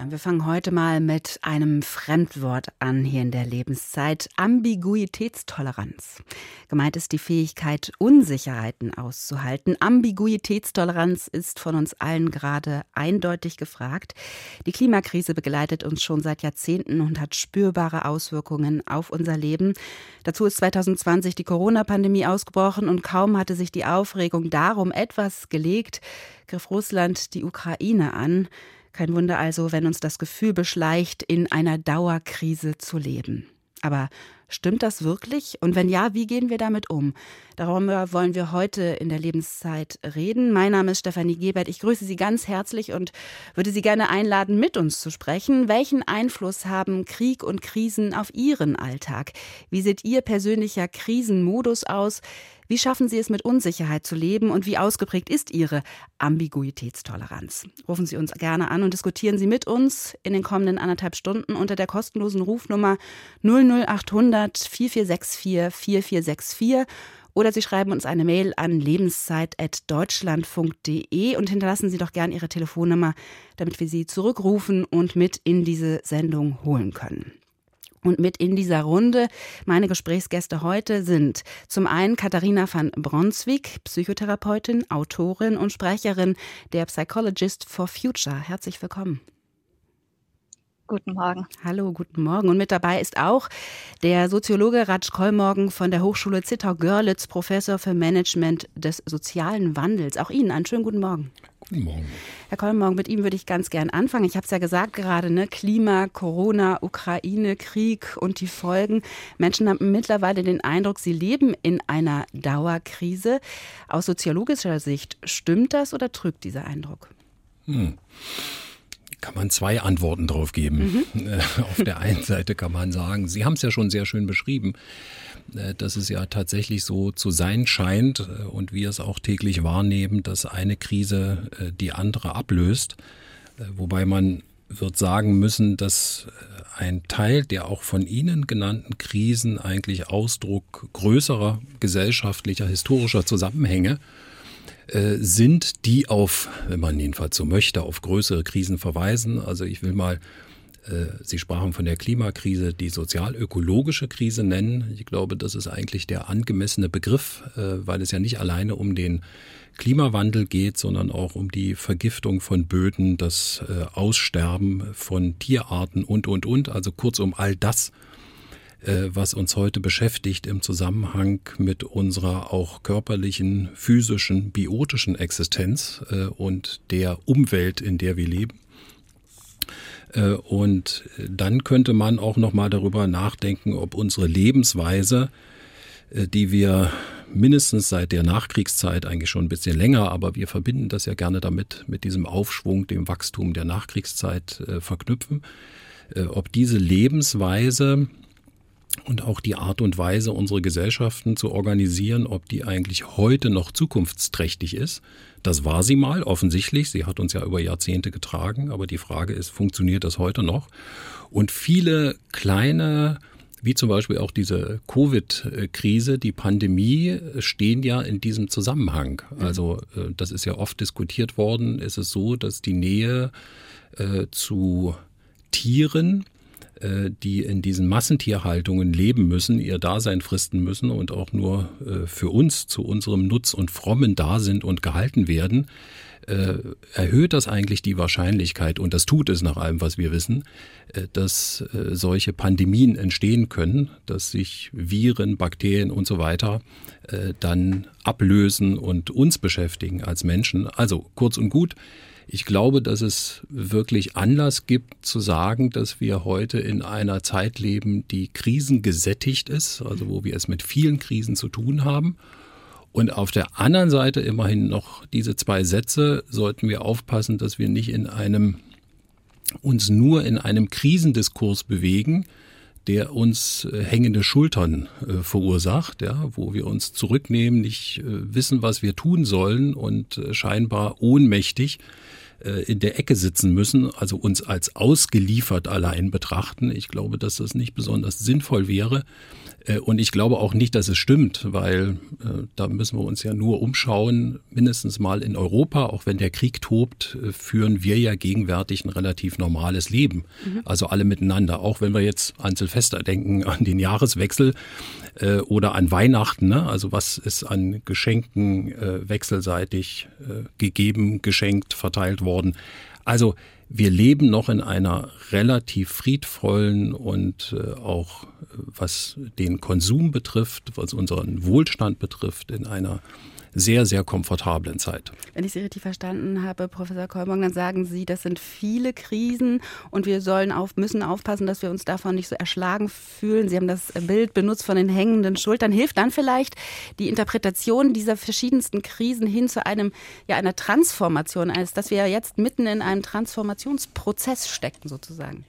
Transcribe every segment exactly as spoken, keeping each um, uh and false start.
Ja, wir fangen heute mal mit einem Fremdwort an hier in der Lebenszeit. Ambiguitätstoleranz. Gemeint ist die Fähigkeit, Unsicherheiten auszuhalten. Ambiguitätstoleranz ist von uns allen gerade eindeutig gefragt. Die Klimakrise begleitet uns schon seit Jahrzehnten und hat spürbare Auswirkungen auf unser Leben. Dazu ist zwanzig zwanzig die Corona-Pandemie ausgebrochen und kaum hatte sich die Aufregung darum etwas gelegt, griff Russland die Ukraine an. Kein Wunder also, wenn uns das Gefühl beschleicht, in einer Dauerkrise zu leben. Aber stimmt das wirklich? Und wenn ja, wie gehen wir damit um? Darüber wollen wir heute in der Lebenszeit reden. Mein Name ist Stefanie Gebert. Ich grüße Sie ganz herzlich und würde Sie gerne einladen, mit uns zu sprechen. Welchen Einfluss haben Krieg und Krisen auf Ihren Alltag? Wie sieht Ihr persönlicher Krisenmodus aus? Wie schaffen Sie es, mit Unsicherheit zu leben und wie ausgeprägt ist Ihre Ambiguitätstoleranz? Rufen Sie uns gerne an und diskutieren Sie mit uns in den kommenden anderthalb Stunden unter der kostenlosen Rufnummer null null achthundert vier vier sechs vier vier vier sechs vier oder Sie schreiben uns eine Mail an lebenszeit at deutschlandfunk punkt de und hinterlassen Sie doch gern Ihre Telefonnummer, damit wir Sie zurückrufen und mit in diese Sendung holen können. Und mit in dieser Runde meine Gesprächsgäste heute sind zum einen Katharina van Bronswijk, Psychotherapeutin, Autorin und Sprecherin der Psychologist for Future. Herzlich willkommen. Guten Morgen. Hallo, guten Morgen. Und mit dabei ist auch der Soziologe Raj Kollmorgen von der Hochschule Zittau-Görlitz, Professor für Management des sozialen Wandels. Auch Ihnen einen schönen guten Morgen. Guten Morgen. Herr Kollmorgen, mit ihm würde ich ganz gern anfangen. Ich habe es ja gesagt gerade, ne? Klima, Corona, Ukraine, Krieg und die Folgen. Menschen haben mittlerweile den Eindruck, sie leben in einer Dauerkrise. Aus soziologischer Sicht, stimmt das oder trügt dieser Eindruck? Hm. Kann man zwei Antworten drauf geben. Mhm. Auf der einen Seite kann man sagen, Sie haben es ja schon sehr schön beschrieben, dass es ja tatsächlich so zu sein scheint und wir es auch täglich wahrnehmen, dass eine Krise die andere ablöst. Wobei man wird sagen müssen, dass ein Teil der auch von Ihnen genannten Krisen eigentlich Ausdruck größerer gesellschaftlicher, historischer Zusammenhänge sind, die auf, wenn man jedenfalls so möchte, auf größere Krisen verweisen. Also ich will mal, äh, Sie sprachen von der Klimakrise, die sozial-ökologische Krise nennen. Ich glaube, das ist eigentlich der angemessene Begriff, äh, weil es ja nicht alleine um den Klimawandel geht, sondern auch um die Vergiftung von Böden, das äh, Aussterben von Tierarten und, und, und. Also kurzum all das, was uns heute beschäftigt im Zusammenhang mit unserer auch körperlichen, physischen, biotischen Existenz und der Umwelt, in der wir leben. Und dann könnte man auch noch mal darüber nachdenken, ob unsere Lebensweise, die wir mindestens seit der Nachkriegszeit, eigentlich schon ein bisschen länger, aber wir verbinden das ja gerne damit, mit diesem Aufschwung, dem Wachstum der Nachkriegszeit verknüpfen, ob diese Lebensweise und auch die Art und Weise, unsere Gesellschaften zu organisieren, ob die eigentlich heute noch zukunftsträchtig ist. Das war sie mal, offensichtlich. Sie hat uns ja über Jahrzehnte getragen. Aber die Frage ist, funktioniert das heute noch? Und viele kleine, wie zum Beispiel auch diese Covid-Krise, die Pandemie, stehen ja in diesem Zusammenhang. Also das ist ja oft diskutiert worden. Ist es so, dass die Nähe äh, zu Tieren, die in diesen Massentierhaltungen leben müssen, ihr Dasein fristen müssen und auch nur äh, für uns zu unserem Nutz und Frommen da sind und gehalten werden, äh, erhöht das eigentlich die Wahrscheinlichkeit, und das tut es nach allem, was wir wissen, äh, dass äh, solche Pandemien entstehen können, dass sich Viren, Bakterien und so weiter äh, dann ablösen und uns beschäftigen als Menschen. Also kurz und gut, ich glaube, dass es wirklich Anlass gibt zu sagen, dass wir heute in einer Zeit leben, die krisengesättigt ist, also wo wir es mit vielen Krisen zu tun haben. Und auf der anderen Seite immerhin noch diese zwei Sätze, sollten wir aufpassen, dass wir nicht in einem, uns nur in einem Krisendiskurs bewegen, der uns äh, hängende Schultern äh, verursacht, ja, wo wir uns zurücknehmen, nicht äh, wissen, was wir tun sollen und äh, scheinbar ohnmächtig äh, in der Ecke sitzen müssen, also uns als ausgeliefert allein betrachten. Ich glaube, dass das nicht besonders sinnvoll wäre, Und ich glaube auch nicht, dass es stimmt, weil äh, da müssen wir uns ja nur umschauen, mindestens mal in Europa, auch wenn der Krieg tobt, äh, führen wir ja gegenwärtig ein relativ normales Leben. Mhm. Also alle miteinander, auch wenn wir jetzt an Silvester denken, an den Jahreswechsel äh, oder an Weihnachten, ne? Also was ist an Geschenken äh, wechselseitig äh, gegeben, geschenkt, verteilt worden. Also wir leben noch in einer relativ friedvollen und äh, auch was den Konsum betrifft, was unseren Wohlstand betrifft, in einer sehr, sehr komfortablen Zeit. Wenn ich Sie richtig verstanden habe, Professor Kollmorgen, dann sagen Sie, das sind viele Krisen und wir sollen auf, müssen aufpassen, dass wir uns davon nicht so erschlagen fühlen. Sie haben das Bild benutzt von den hängenden Schultern. Hilft dann vielleicht die Interpretation dieser verschiedensten Krisen hin zu einem, ja, einer Transformation, als dass wir jetzt mitten in einem Transformationsprozess stecken sozusagen?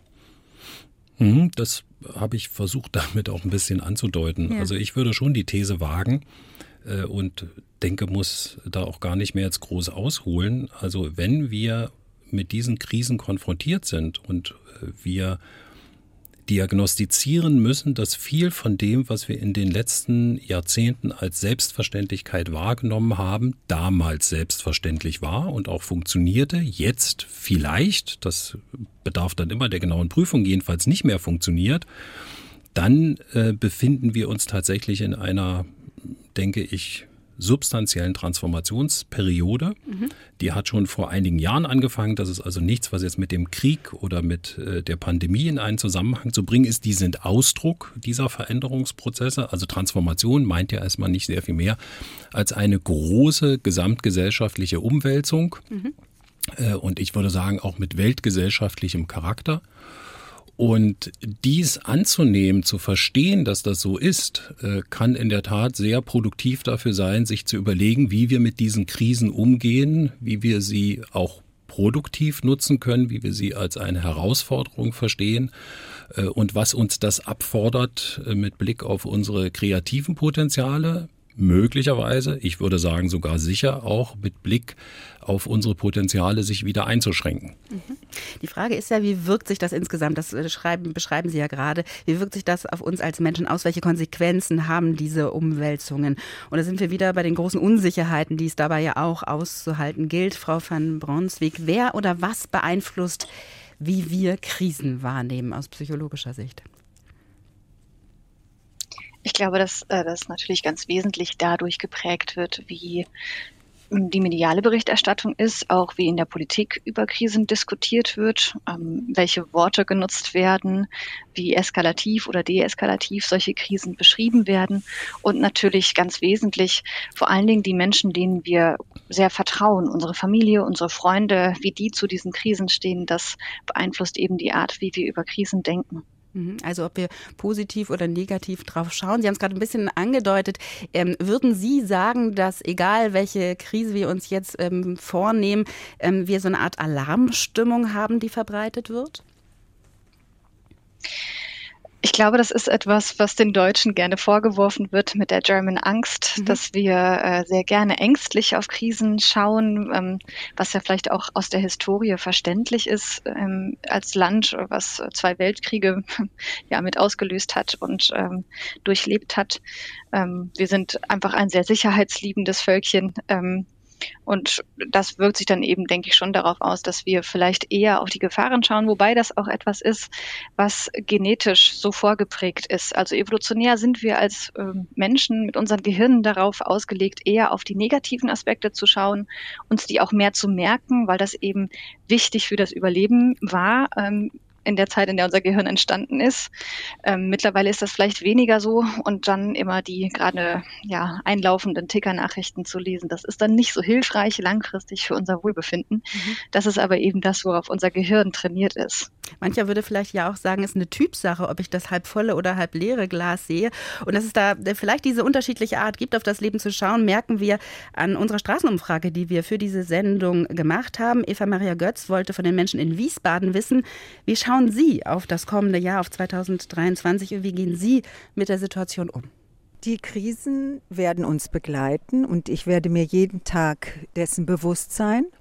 Das habe ich versucht, damit auch ein bisschen anzudeuten. Ja. Also ich würde schon die These wagen, und denke, muss da auch gar nicht mehr jetzt groß ausholen. Also wenn wir mit diesen Krisen konfrontiert sind und wir diagnostizieren müssen, dass viel von dem, was wir in den letzten Jahrzehnten als Selbstverständlichkeit wahrgenommen haben, damals selbstverständlich war und auch funktionierte, jetzt vielleicht, das bedarf dann immer der genauen Prüfung, jedenfalls nicht mehr funktioniert, dann äh, befinden wir uns tatsächlich in einer, denke ich, substanziellen Transformationsperiode. Mhm. Die hat schon vor einigen Jahren angefangen. Das ist also nichts, was jetzt mit dem Krieg oder mit äh, der Pandemie in einen Zusammenhang zu bringen ist. Die sind Ausdruck dieser Veränderungsprozesse. Also Transformation meint ja erstmal nicht sehr viel mehr als eine große gesamtgesellschaftliche Umwälzung. Mhm. Äh, und ich würde sagen, auch mit weltgesellschaftlichem Charakter. Und dies anzunehmen, zu verstehen, dass das so ist, kann in der Tat sehr produktiv dafür sein, sich zu überlegen, wie wir mit diesen Krisen umgehen, wie wir sie auch produktiv nutzen können, wie wir sie als eine Herausforderung verstehen und was uns das abfordert mit Blick auf unsere kreativen Potenziale. Möglicherweise, ich würde sagen sogar sicher, auch mit Blick auf unsere Potenziale, sich wieder einzuschränken. Die Frage ist ja, wie wirkt sich das insgesamt, das schreiben, beschreiben Sie ja gerade, wie wirkt sich das auf uns als Menschen aus, welche Konsequenzen haben diese Umwälzungen? Und da sind wir wieder bei den großen Unsicherheiten, die es dabei ja auch auszuhalten gilt. Frau van Brunswijk, wer oder was beeinflusst, wie wir Krisen wahrnehmen aus psychologischer Sicht? Ich glaube, dass äh, das natürlich ganz wesentlich dadurch geprägt wird, wie die mediale Berichterstattung ist, auch wie in der Politik über Krisen diskutiert wird, ähm, welche Worte genutzt werden, wie eskalativ oder deeskalativ solche Krisen beschrieben werden und natürlich ganz wesentlich vor allen Dingen die Menschen, denen wir sehr vertrauen, unsere Familie, unsere Freunde, wie die zu diesen Krisen stehen, das beeinflusst eben die Art, wie wir über Krisen denken. Also ob wir positiv oder negativ drauf schauen. Sie haben es gerade ein bisschen angedeutet. Ähm, würden Sie sagen, dass egal welche Krise wir uns jetzt ähm, vornehmen, ähm, wir so eine Art Alarmstimmung haben, die verbreitet wird? Ich glaube, das ist etwas, was den Deutschen gerne vorgeworfen wird mit der German Angst, mhm. dass wir äh, sehr gerne ängstlich auf Krisen schauen, ähm, was ja vielleicht auch aus der Historie verständlich ist, ähm, als Land, was zwei Weltkriege ja mit ausgelöst hat und ähm, durchlebt hat. Ähm, wir sind einfach ein sehr sicherheitsliebendes Völkchen. Ähm, Und das wirkt sich dann eben, denke ich, schon darauf aus, dass wir vielleicht eher auf die Gefahren schauen, wobei das auch etwas ist, was genetisch so vorgeprägt ist. Also evolutionär sind wir als äh, Menschen mit unseren Gehirnen darauf ausgelegt, eher auf die negativen Aspekte zu schauen, uns die auch mehr zu merken, weil das eben wichtig für das Überleben war. Ähm, in der Zeit, in der unser Gehirn entstanden ist. Ähm, mittlerweile ist das vielleicht weniger so und dann immer die gerade ja, einlaufenden Tickernachrichten zu lesen. Das ist dann nicht so hilfreich langfristig für unser Wohlbefinden. Mhm. Das ist aber eben das, worauf unser Gehirn trainiert ist. Mancher würde vielleicht ja auch sagen, es ist eine Typsache, ob ich das halb volle oder halb leere Glas sehe. Und dass es da vielleicht diese unterschiedliche Art gibt, auf das Leben zu schauen, merken wir an unserer Straßenumfrage, die wir für diese Sendung gemacht haben. Eva Maria Götz wollte von den Menschen in Wiesbaden wissen, wie schauen Sie auf das kommende Jahr, auf zweitausenddreiundzwanzig, und wie gehen Sie mit der Situation um? Die Krisen werden uns begleiten und ich werde mir jeden Tag dessen bewusst sein.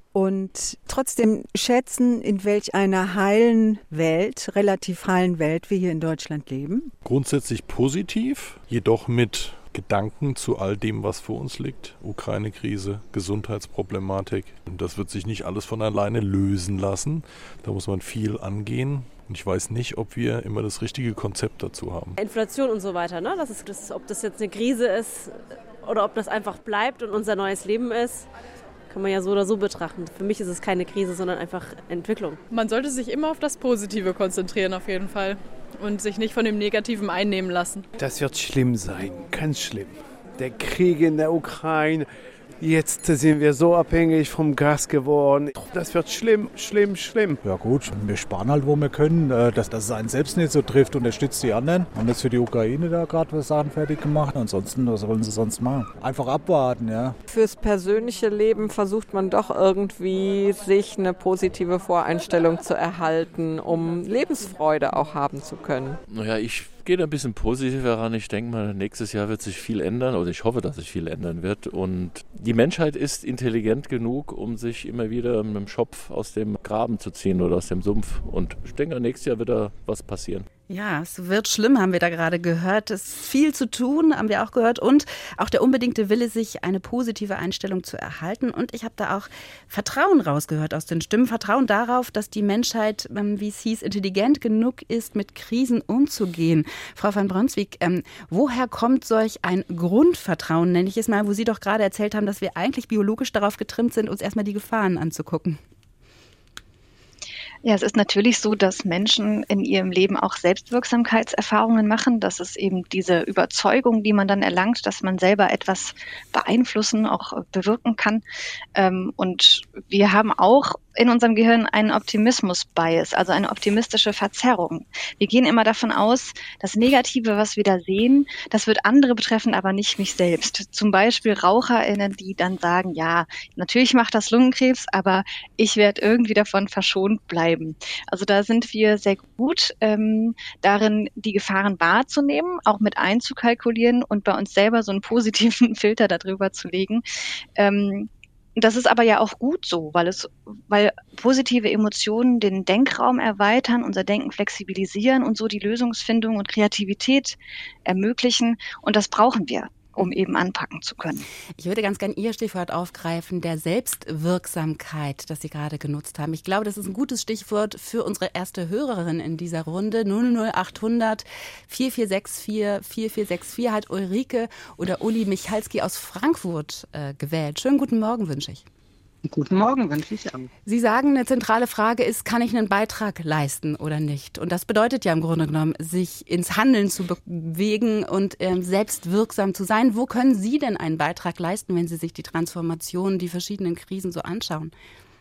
und trotzdem schätzen, in welch einer heilen Welt, relativ heilen Welt wir hier in Deutschland leben? Grundsätzlich positiv, jedoch mit Gedanken zu all dem, was vor uns liegt. Ukraine-Krise, Gesundheitsproblematik. Und das wird sich nicht alles von alleine lösen lassen. Da muss man viel angehen. Und ich weiß nicht, ob wir immer das richtige Konzept dazu haben. Inflation und so weiter, ne? Das ist, das, ob das jetzt eine Krise ist oder ob das einfach bleibt und unser neues Leben ist, kann man ja so oder so betrachten. Für mich ist es keine Krise, sondern einfach Entwicklung. Man sollte sich immer auf das Positive konzentrieren auf jeden Fall und sich nicht von dem Negativen einnehmen lassen. Das wird schlimm sein, ganz schlimm. Der Krieg in der Ukraine, jetzt sind wir so abhängig vom Gas geworden. Das wird schlimm, schlimm, schlimm. Ja gut, wir sparen halt, wo wir können, dass, dass es einen selbst nicht so trifft, unterstützt die anderen. Haben jetzt für die Ukraine da gerade Sachen fertig gemacht. Ansonsten, was wollen sie sonst machen? Einfach abwarten, ja. Fürs persönliche Leben versucht man doch irgendwie, sich eine positive Voreinstellung zu erhalten, um Lebensfreude auch haben zu können. Naja, ich gehe da ein bisschen positiver ran. Ich denke mal, nächstes Jahr wird sich viel ändern, oder ich hoffe, dass sich viel ändern wird. Und die Menschheit ist intelligent genug, um sich immer wieder mit dem Schopf aus dem Graben zu ziehen oder aus dem Sumpf. Und ich denke, nächstes Jahr wird da was passieren. Ja, es wird schlimm, haben wir da gerade gehört. Es ist viel zu tun, haben wir auch gehört. Und auch der unbedingte Wille, sich eine positive Einstellung zu erhalten. Und ich habe da auch Vertrauen rausgehört aus den Stimmen. Vertrauen darauf, dass die Menschheit, wie es hieß, intelligent genug ist, mit Krisen umzugehen. Frau van Brunswijk, ähm, woher kommt solch ein Grundvertrauen, nenne ich es mal, wo Sie doch gerade erzählt haben, dass wir eigentlich biologisch darauf getrimmt sind, uns erstmal die Gefahren anzugucken? Ja, es ist natürlich so, dass Menschen in ihrem Leben auch Selbstwirksamkeitserfahrungen machen. Das ist eben diese Überzeugung, die man dann erlangt, dass man selber etwas beeinflussen, auch bewirken kann. Und wir haben auch in unserem Gehirn einen Optimismus-Bias, also eine optimistische Verzerrung. Wir gehen immer davon aus, das Negative, was wir da sehen, das wird andere betreffen, aber nicht mich selbst. Zum Beispiel RaucherInnen, die dann sagen, ja, natürlich macht das Lungenkrebs, aber ich werde irgendwie davon verschont bleiben. Also da sind wir sehr gut ähm, darin, die Gefahren wahrzunehmen, auch mit einzukalkulieren und bei uns selber so einen positiven Filter darüber zu legen. Ähm, Das ist aber ja auch gut so, weil es, weil positive Emotionen den Denkraum erweitern, unser Denken flexibilisieren und so die Lösungsfindung und Kreativität ermöglichen. Und das brauchen wir, um eben anpacken zu können. Ich würde ganz gerne Ihr Stichwort aufgreifen, der Selbstwirksamkeit, das Sie gerade genutzt haben. Ich glaube, das ist ein gutes Stichwort für unsere erste Hörerin in dieser Runde. null null acht hundert vier vier sechs vier vier vier sechs vier hat Ulrike oder Uli Michalski aus Frankfurt äh, gewählt. Schönen guten Morgen wünsche ich. Guten Morgen, wünsche ich auch. Sie sagen, eine zentrale Frage ist, kann ich einen Beitrag leisten oder nicht? Und das bedeutet ja im Grunde genommen, sich ins Handeln zu bewegen und ähm, selbstwirksam zu sein. Wo können Sie denn einen Beitrag leisten, wenn Sie sich die Transformation, die verschiedenen Krisen so anschauen?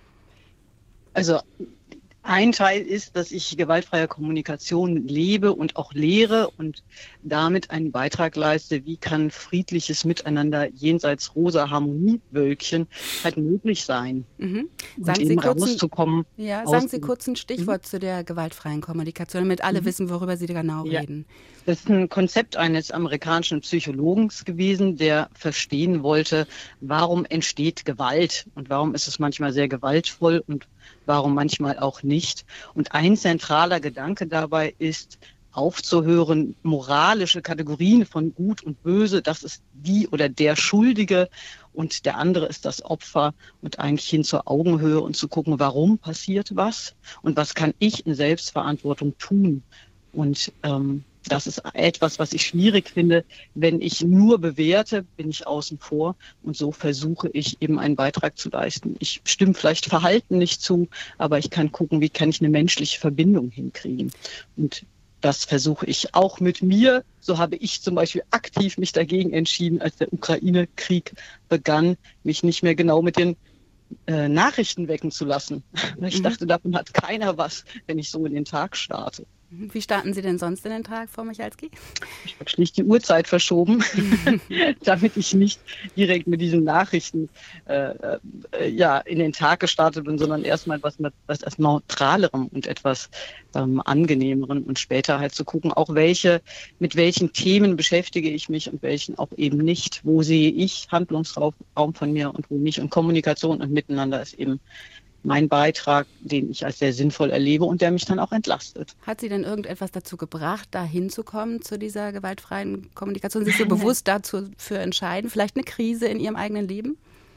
Also ein Teil ist, dass ich gewaltfreie Kommunikation lebe und auch lehre und damit einen Beitrag leiste, wie kann friedliches Miteinander jenseits rosa Harmoniewölkchen halt möglich sein. Mhm. Und Sagen eben Sie kurz rauszukommen. ein, ja, aus sagen Sie kurz ein Stichwort mhm. zu der gewaltfreien Kommunikation, damit alle mhm. wissen, worüber Sie genau ja. reden. Das ist ein Konzept eines amerikanischen Psychologen gewesen, der verstehen wollte, warum entsteht Gewalt und warum ist es manchmal sehr gewaltvoll und warum manchmal auch nicht. Und ein zentraler Gedanke dabei ist, aufzuhören, moralische Kategorien von Gut und Böse, das ist die oder der Schuldige und der andere ist das Opfer und eigentlich hin zur Augenhöhe und zu gucken, warum passiert was und was kann ich in Selbstverantwortung tun. Und ähm, das ist etwas, was ich schwierig finde. Wenn ich nur bewerte, bin ich außen vor. Und so versuche ich eben einen Beitrag zu leisten. Ich stimme vielleicht Verhalten nicht zu, aber ich kann gucken, wie kann ich eine menschliche Verbindung hinkriegen. Und das versuche ich auch mit mir. So habe ich zum Beispiel aktiv mich dagegen entschieden, als der Ukraine-Krieg begann, mich nicht mehr genau mit den äh, Nachrichten wecken zu lassen. Ich dachte, davon hat keiner was, wenn ich so in den Tag starte. Wie starten Sie denn sonst in den Tag, Frau Michalski? Ich habe schlicht die Uhrzeit verschoben, damit ich nicht direkt mit diesen Nachrichten äh, äh, ja, in den Tag gestartet bin, sondern erstmal etwas, mit, etwas Neutralerem und etwas ähm, Angenehmerem und später halt zu gucken, auch welche, mit welchen Themen beschäftige ich mich und welchen auch eben nicht. Wo sehe ich Handlungsraum von mir und wo nicht. Und Kommunikation und Miteinander ist eben mein Beitrag, den ich als sehr sinnvoll erlebe und der mich dann auch entlastet. Hat Sie denn irgendetwas dazu gebracht, da hinzukommen zu dieser gewaltfreien Kommunikation, sich so bewusst dazu für entscheiden? Vielleicht eine Krise in Ihrem eigenen Leben?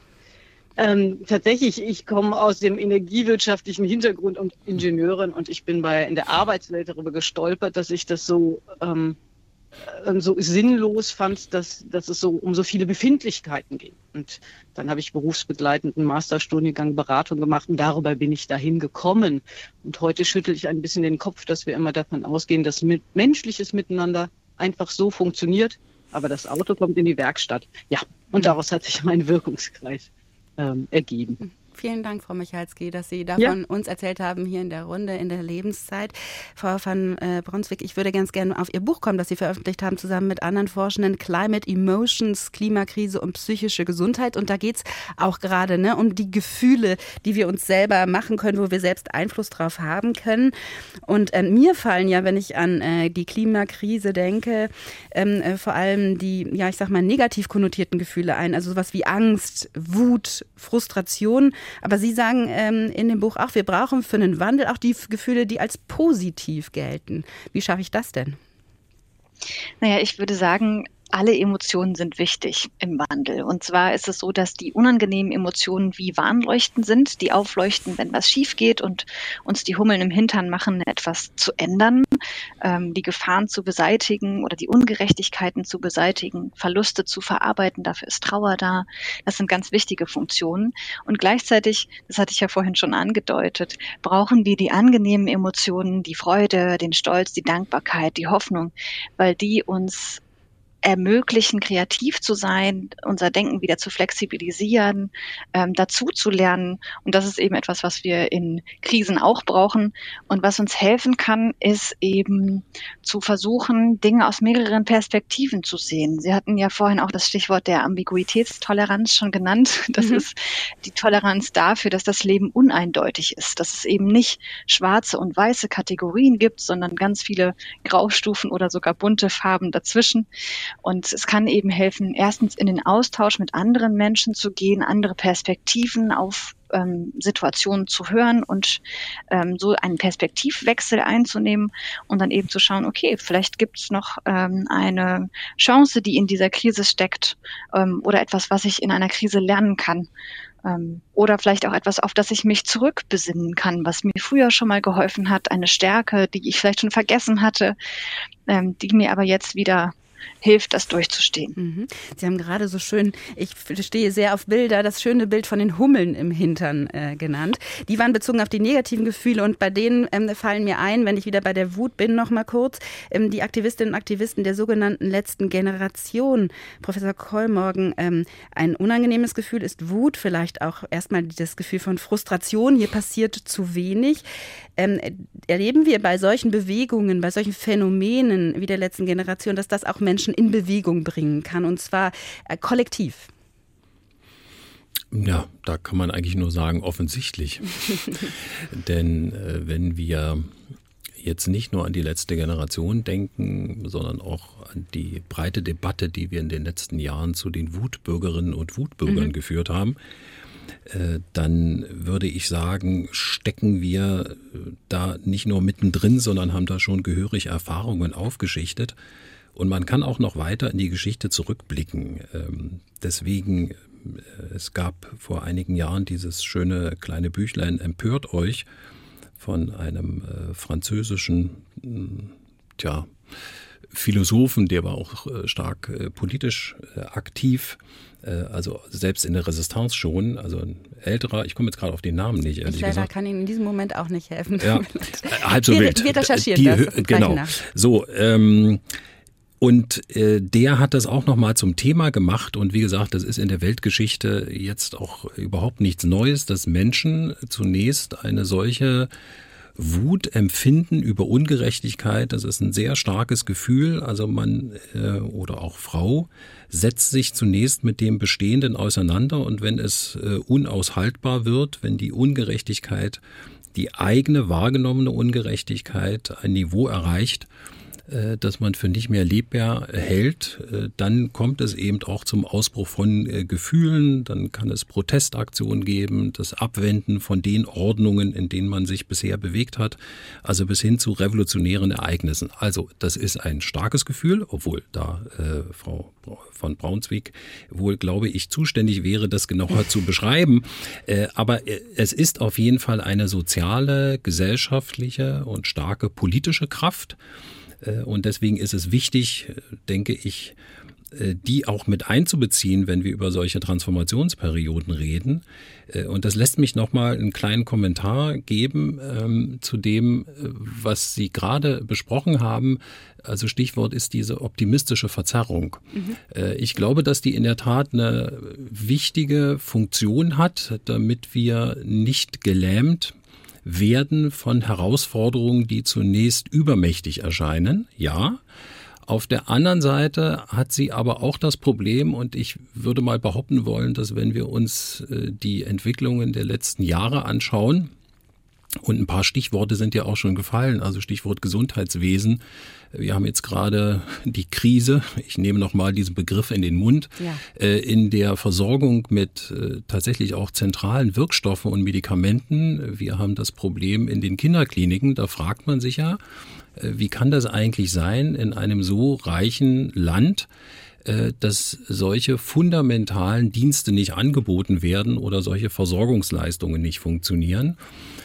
Ähm, tatsächlich, ich komme aus dem energiewirtschaftlichen Hintergrund und Ingenieurin und ich bin bei in der Arbeitswelt darüber gestolpert, dass ich das so ähm, so sinnlos fand, dass, dass es so um so viele Befindlichkeiten ging. Und dann habe ich berufsbegleitend einen Masterstudiengang Beratung gemacht und darüber bin ich dahin gekommen. Und heute schüttel ich ein bisschen den Kopf, dass wir immer davon ausgehen, dass mit menschliches Miteinander einfach so funktioniert, aber das Auto kommt in die Werkstatt. Ja, und daraus hat sich mein Wirkungskreis ähm, ergeben. Vielen Dank, Frau Michalski, dass Sie davon ja. uns erzählt haben hier in der Runde, in der Lebenszeit. Frau van äh, Brunswick, ich würde ganz gerne auf Ihr Buch kommen, das Sie veröffentlicht haben, zusammen mit anderen Forschenden, Climate Emotions, Klimakrise und psychische Gesundheit. Und da geht es auch gerade ne, um die Gefühle, die wir uns selber machen können, wo wir selbst Einfluss drauf haben können. Und äh, mir fallen ja, wenn ich an äh, die Klimakrise denke, ähm, äh, vor allem die, ja, ich sag mal, negativ konnotierten Gefühle ein. Also sowas wie Angst, Wut, Frustration. Aber Sie sagen ähm, in dem Buch auch, wir brauchen für einen Wandel auch die Gefühle, die als positiv gelten. Wie schaffe ich das denn? Naja, ich würde sagen, alle Emotionen sind wichtig im Wandel. Und zwar ist es so, dass die unangenehmen Emotionen wie Warnleuchten sind, die aufleuchten, wenn was schief geht und uns die Hummeln im Hintern machen, etwas zu ändern, ähm, die Gefahren zu beseitigen oder die Ungerechtigkeiten zu beseitigen, Verluste zu verarbeiten. Dafür ist Trauer da. Das sind ganz wichtige Funktionen. Und gleichzeitig, das hatte ich ja vorhin schon angedeutet, brauchen wir die angenehmen Emotionen, die Freude, den Stolz, die Dankbarkeit, die Hoffnung, weil die uns ermöglichen, kreativ zu sein, unser Denken wieder zu flexibilisieren, ähm, dazu zu lernen. Und das ist eben etwas, was wir in Krisen auch brauchen. Und was uns helfen kann, ist eben zu versuchen, Dinge aus mehreren Perspektiven zu sehen. Sie hatten ja vorhin auch das Stichwort der Ambiguitätstoleranz schon genannt. Das mhm. ist die Toleranz dafür, dass das Leben uneindeutig ist, dass es eben nicht schwarze und weiße Kategorien gibt, sondern ganz viele Graustufen oder sogar bunte Farben dazwischen. Und es kann eben helfen, erstens in den Austausch mit anderen Menschen zu gehen, andere Perspektiven auf ähm, Situationen zu hören und ähm, so einen Perspektivwechsel einzunehmen und dann eben zu schauen, okay, vielleicht gibt es noch ähm, eine Chance, die in dieser Krise steckt ähm, oder etwas, was ich in einer Krise lernen kann. Ähm, oder vielleicht auch etwas, auf das ich mich zurückbesinnen kann, was mir früher schon mal geholfen hat, eine Stärke, die ich vielleicht schon vergessen hatte, ähm, die mir aber jetzt wieder hilft, das durchzustehen. Mhm. Sie haben gerade so schön, ich stehe sehr auf Bilder, das schöne Bild von den Hummeln im Hintern äh, genannt. Die waren bezogen auf die negativen Gefühle und bei denen ähm, fallen mir ein, wenn ich wieder bei der Wut bin, noch mal kurz, ähm, die Aktivistinnen und Aktivisten der sogenannten letzten Generation. Professor Kollmorgen, ähm, ein unangenehmes Gefühl ist Wut, vielleicht auch erstmal das Gefühl von Frustration, hier passiert zu wenig. Ähm, erleben wir bei solchen Bewegungen, bei solchen Phänomenen wie der letzten Generation, dass das auch Menschen in Bewegung bringen kann, und zwar äh, kollektiv? Ja, da kann man eigentlich nur sagen, offensichtlich. Denn äh, wenn wir jetzt nicht nur an die letzte Generation denken, sondern auch an die breite Debatte, die wir in den letzten Jahren zu den Wutbürgerinnen und Wutbürgern mhm. geführt haben, äh, dann würde ich sagen, stecken wir da nicht nur mittendrin, sondern haben da schon gehörig Erfahrungen aufgeschichtet. Und man kann auch noch weiter in die Geschichte zurückblicken. Ähm, deswegen, äh, es gab vor einigen Jahren dieses schöne kleine Büchlein Empört euch von einem äh, französischen mh, tja, Philosophen, der war auch äh, stark äh, politisch äh, aktiv, äh, also selbst in der Resistance schon, also ein älterer, ich komme jetzt gerade auf den Namen nicht, ehrlich ich leider gesagt. kann Ihnen in diesem Moment auch nicht helfen. Ja, halb so wir, wild. Wir recherchieren die, das. Genau, so, ähm, Und äh, der hat das auch nochmal zum Thema gemacht. Und wie gesagt, das ist in der Weltgeschichte jetzt auch überhaupt nichts Neues, dass Menschen zunächst eine solche Wut empfinden über Ungerechtigkeit. Das ist ein sehr starkes Gefühl. Also man äh, oder auch Frau setzt sich zunächst mit dem Bestehenden auseinander und wenn es äh, unaushaltbar wird, wenn die Ungerechtigkeit, die eigene wahrgenommene Ungerechtigkeit ein Niveau erreicht, dass man für nicht mehr lebbar hält, dann kommt es eben auch zum Ausbruch von Gefühlen, dann kann es Protestaktionen geben, das Abwenden von den Ordnungen, in denen man sich bisher bewegt hat, also bis hin zu revolutionären Ereignissen. Also das ist ein starkes Gefühl, obwohl da äh, Frau von Braunswig wohl, glaube ich, zuständig wäre, das genauer zu beschreiben. Äh, aber es ist auf jeden Fall eine soziale, gesellschaftliche und starke politische Kraft. Und deswegen ist es wichtig, denke ich, die auch mit einzubeziehen, wenn wir über solche Transformationsperioden reden. Und das lässt mich nochmal einen kleinen Kommentar geben ähm, zu dem, was Sie gerade besprochen haben. Also Stichwort ist diese optimistische Verzerrung. Mhm. Äh, ich glaube, dass die in der Tat eine wichtige Funktion hat, damit wir nicht gelähmt werden von Herausforderungen, die zunächst übermächtig erscheinen, ja. Auf der anderen Seite hat sie aber auch das Problem, und ich würde mal behaupten wollen, dass wenn wir uns die Entwicklungen der letzten Jahre anschauen, und ein paar Stichworte sind ja auch schon gefallen, also Stichwort Gesundheitswesen. Wir haben jetzt gerade die Krise, ich nehme nochmal diesen Begriff in den Mund, ja. äh, in der Versorgung mit äh, tatsächlich auch zentralen Wirkstoffen und Medikamenten. Wir haben das Problem in den Kinderkliniken, da fragt man sich ja, äh, wie kann das eigentlich sein in einem so reichen Land, äh, dass solche fundamentalen Dienste nicht angeboten werden oder solche Versorgungsleistungen nicht funktionieren.